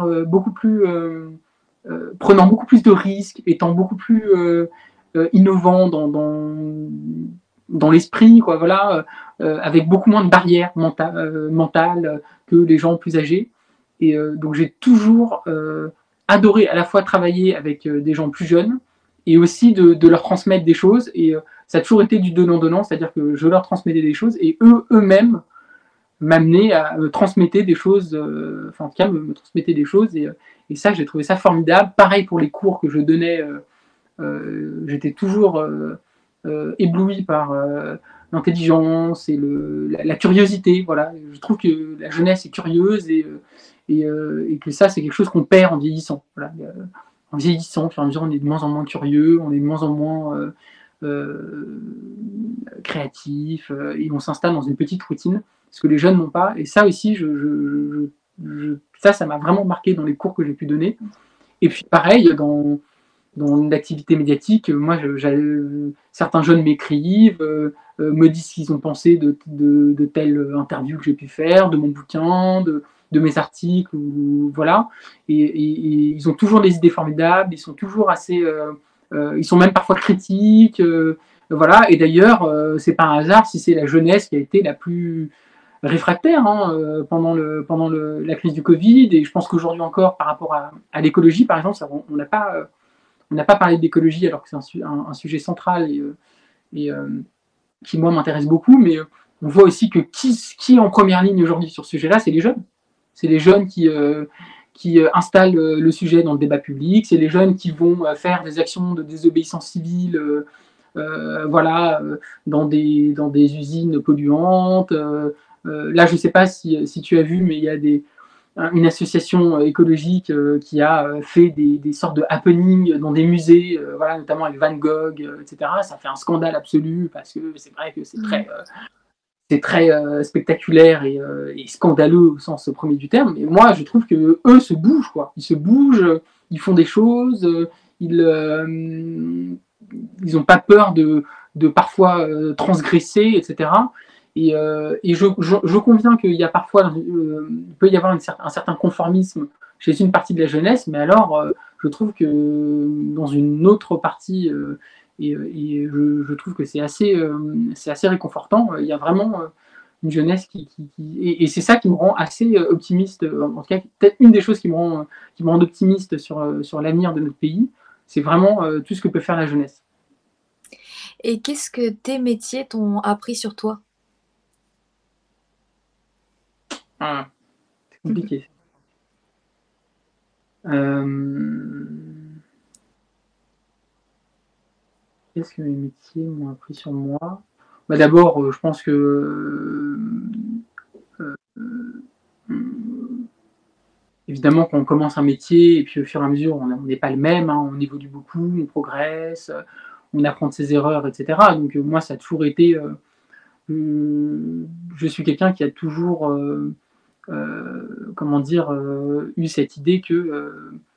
prenant beaucoup plus de risques, étant beaucoup plus innovant dans l'esprit, quoi, voilà, avec beaucoup moins de barrières mentales que les gens plus âgés. Et donc j'ai toujours adoré à la fois travailler avec des gens plus jeunes et aussi de leur transmettre des choses. Et ça a toujours été du donnant-donnant, c'est-à-dire que je leur transmettais des choses et eux-mêmes m'amener à me transmettre des choses, en tout cas me transmettre des choses, et ça, j'ai trouvé ça formidable. Pareil pour les cours que je donnais, j'étais toujours ébloui par l'intelligence et la curiosité. Voilà, je trouve que la jeunesse est curieuse et que ça, c'est quelque chose qu'on perd en vieillissant. Voilà. En vieillissant, au fur et à mesure, on est de moins en moins curieux, on est de moins en moins créatif, et on s'installe dans une petite routine, ce que les jeunes n'ont pas. Et ça aussi, ça m'a vraiment marqué dans les cours que j'ai pu donner. Et puis pareil, dans l'activité médiatique, moi, certains jeunes m'écrivent, me disent ce qu'ils ont pensé de telle interview que j'ai pu faire, de mon bouquin, de mes articles, voilà. Et ils ont toujours des idées formidables, ils sont toujours assez... ils sont même parfois critiques, voilà. Et d'ailleurs, c'est pas un hasard si c'est la jeunesse qui a été la plus réfractaire pendant la crise du Covid. Et je pense qu'aujourd'hui encore, par rapport à l'écologie, par exemple, on n'a pas parlé d'écologie alors que c'est un sujet central et qui, moi, m'intéresse beaucoup. Mais on voit aussi que qui est en première ligne aujourd'hui sur ce sujet-là, c'est les jeunes. C'est les jeunes qui installent le sujet dans le débat public, c'est les jeunes qui vont faire des actions de désobéissance civile dans des usines polluantes. Là, je ne sais pas si tu as vu, mais il y a une association écologique qui a fait des sortes de happenings dans des musées, notamment avec Van Gogh, etc. Ça fait un scandale absolu, parce que c'est vrai que c'est très spectaculaire et scandaleux au sens premier du terme. Mais moi, je trouve que eux se bougent, quoi. Ils se bougent, ils font des choses, ils n'ont pas peur de parfois transgresser, etc. Et je conviens qu'il y a parfois, il peut y avoir un certain conformisme chez une partie de la jeunesse, mais alors je trouve que dans une autre partie, je trouve que c'est assez réconfortant. Il y a vraiment une jeunesse et c'est ça qui me rend assez optimiste. En tout cas, peut-être une des choses qui me rend optimiste sur l'avenir de notre pays, c'est vraiment tout ce que peut faire la jeunesse. Et qu'est-ce que tes métiers t'ont appris sur toi? C'est compliqué. Qu'est-ce que mes métiers m'ont appris sur moi? D'abord, je pense que évidemment, quand on commence un métier, et puis au fur et à mesure, on n'est pas le même, hein, on évolue beaucoup, on progresse, on apprend de ses erreurs, etc. Donc moi, ça a toujours été... je suis quelqu'un qui a toujours eu cette idée que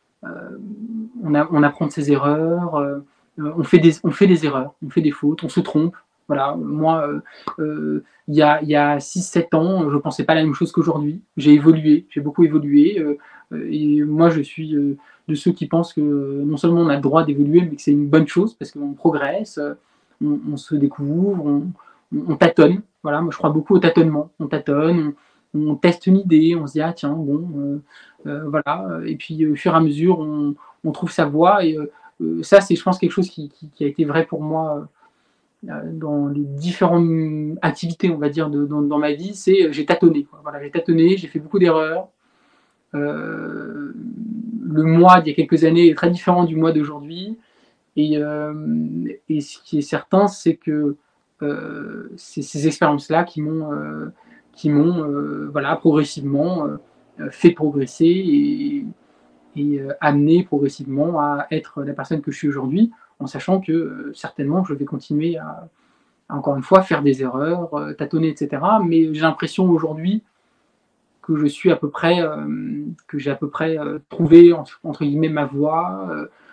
on apprend de ses erreurs, on fait des erreurs, on fait des fautes, on se trompe. Voilà, moi, il y a 6-7 ans, je ne pensais pas la même chose qu'aujourd'hui. J'ai évolué, j'ai beaucoup évolué. Et moi, je suis de ceux qui pensent que non seulement on a le droit d'évoluer, mais que c'est une bonne chose parce qu'on progresse, on se découvre, on tâtonne. Voilà, moi, je crois beaucoup au tâtonnement. On tâtonne, on teste une idée, on se dit, ah tiens, bon, voilà. Et puis, au fur et à mesure, on trouve sa voie. Et ça, c'est, je pense, quelque chose qui a été vrai pour moi dans les différentes activités, on va dire, dans ma vie. C'est j'ai tâtonné. Voilà, j'ai tâtonné, j'ai fait beaucoup d'erreurs. Le moi d'il y a quelques années est très différent du moi d'aujourd'hui. Et ce qui est certain, c'est que c'est ces expériences-là qui m'ont voilà, progressivement fait progresser et amené progressivement à être la personne que je suis aujourd'hui, en sachant que certainement je vais continuer à encore une fois faire des erreurs, tâtonner, etc. Mais j'ai l'impression aujourd'hui que je suis à peu près, que j'ai à peu près trouvé entre guillemets ma voie,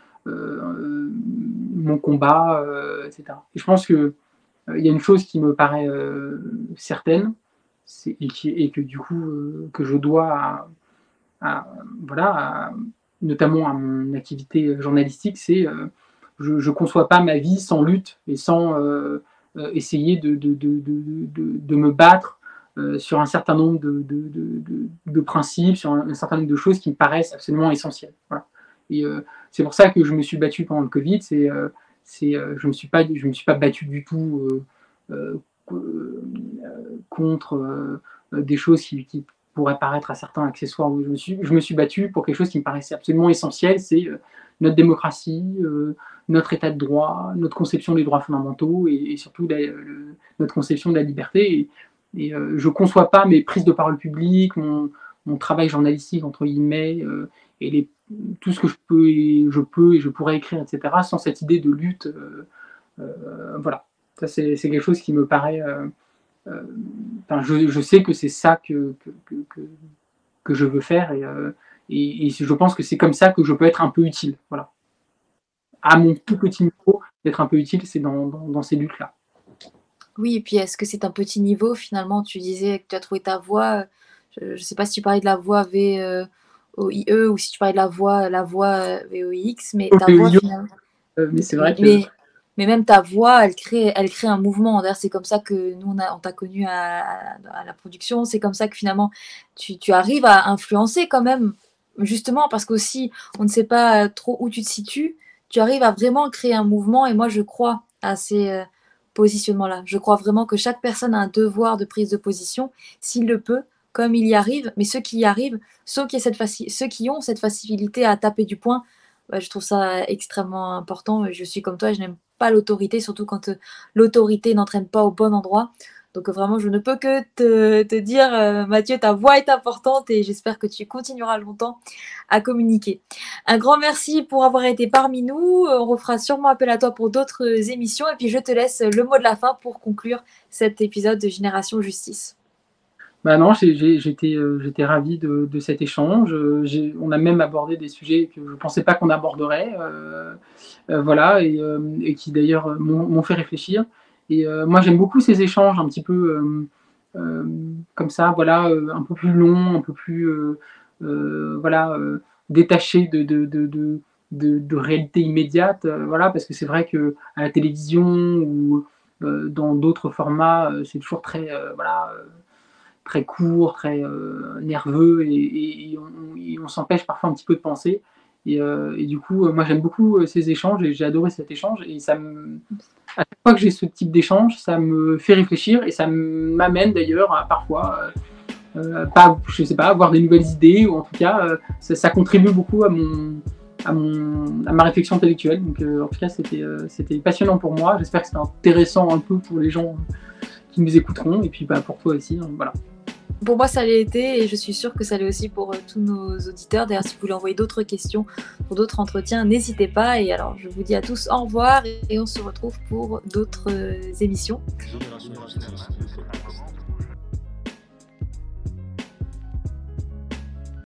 mon combat, etc. Et je pense que il y a une chose qui me paraît certaine, et que du coup que je dois notamment à mon activité journalistique, c'est je conçois pas ma vie sans lutte et sans essayer de me battre sur un certain nombre de principes, sur un certain nombre de choses qui me paraissent absolument essentielles. Voilà. Et c'est pour ça que je me suis battu pendant le Covid. Je me suis pas battu du tout contre des choses qui pourraient paraître à certains accessoires. Je me suis battu pour quelque chose qui me paraissait absolument essentiel, c'est notre démocratie, notre état de droit, notre conception des droits fondamentaux et surtout notre conception de la liberté. Et je ne conçois pas mes prises de parole publiques, mon travail journalistique, entre guillemets, et tout ce que je peux et je pourrais écrire, etc., sans cette idée de lutte. Voilà. Ça, c'est quelque chose qui me paraît... je sais que c'est ça que je veux faire et je pense que c'est comme ça que je peux être un peu utile. Voilà. À mon tout petit niveau, d'être un peu utile, c'est dans ces luttes-là. Oui, et puis est-ce que c'est un petit niveau finalement? Tu disais que tu as trouvé ta voie. Je ne sais pas si tu parlais de la voie VOIE ou si tu parlais de la voie VOIX, mais ta voix finalement. Mais c'est vrai que... Mais même ta voix, elle crée un mouvement. D'ailleurs, c'est comme ça que nous, on t'a connu à la production. C'est comme ça que finalement, tu arrives à influencer quand même. Justement, parce qu'aussi, on ne sait pas trop où tu te situes. Tu arrives à vraiment créer un mouvement. Et moi, je crois à ces positionnements-là. Je crois vraiment que chaque personne a un devoir de prise de position, s'il le peut, comme il y arrive. Mais ceux qui y arrivent, ceux qui ont cette facilité à taper du poing, je trouve ça extrêmement important. Je suis comme toi, je n'aime pas l'autorité, surtout quand l'autorité n'entraîne pas au bon endroit. Donc vraiment, je ne peux que te dire, Mathieu, ta voix est importante et j'espère que tu continueras longtemps à communiquer. Un grand merci pour avoir été parmi nous. On refera sûrement appel à toi pour d'autres émissions. Et puis, je te laisse le mot de la fin pour conclure cet épisode de Génération Justice. Non, j'étais ravi de cet échange. On a même abordé des sujets que je ne pensais pas qu'on aborderait, voilà, et qui d'ailleurs m'ont fait réfléchir. Et moi, j'aime beaucoup ces échanges un petit peu comme ça, voilà, un peu plus long, un peu plus voilà, détaché de réalité immédiate, voilà, parce que c'est vrai qu'à la télévision ou dans d'autres formats, c'est toujours très, voilà, très court, très nerveux et on s'empêche parfois un petit peu de penser. Et du coup, moi j'aime beaucoup ces échanges et j'ai adoré cet échange. Et à chaque fois que j'ai ce type d'échange, ça me fait réfléchir et ça m'amène d'ailleurs à parfois, pas, je sais pas, avoir des nouvelles idées ou en tout cas, ça contribue beaucoup à ma réflexion intellectuelle. Donc en tout cas, c'était passionnant pour moi. J'espère que c'est intéressant un peu pour les gens qui nous écouteront et puis pour toi aussi. Hein, voilà. Pour moi, ça l'ait été et je suis sûre que ça l'est aussi pour tous nos auditeurs. D'ailleurs, si vous voulez envoyer d'autres questions pour d'autres entretiens, n'hésitez pas. Et alors, je vous dis à tous au revoir et on se retrouve pour d'autres émissions. Génération Justice, le podcast.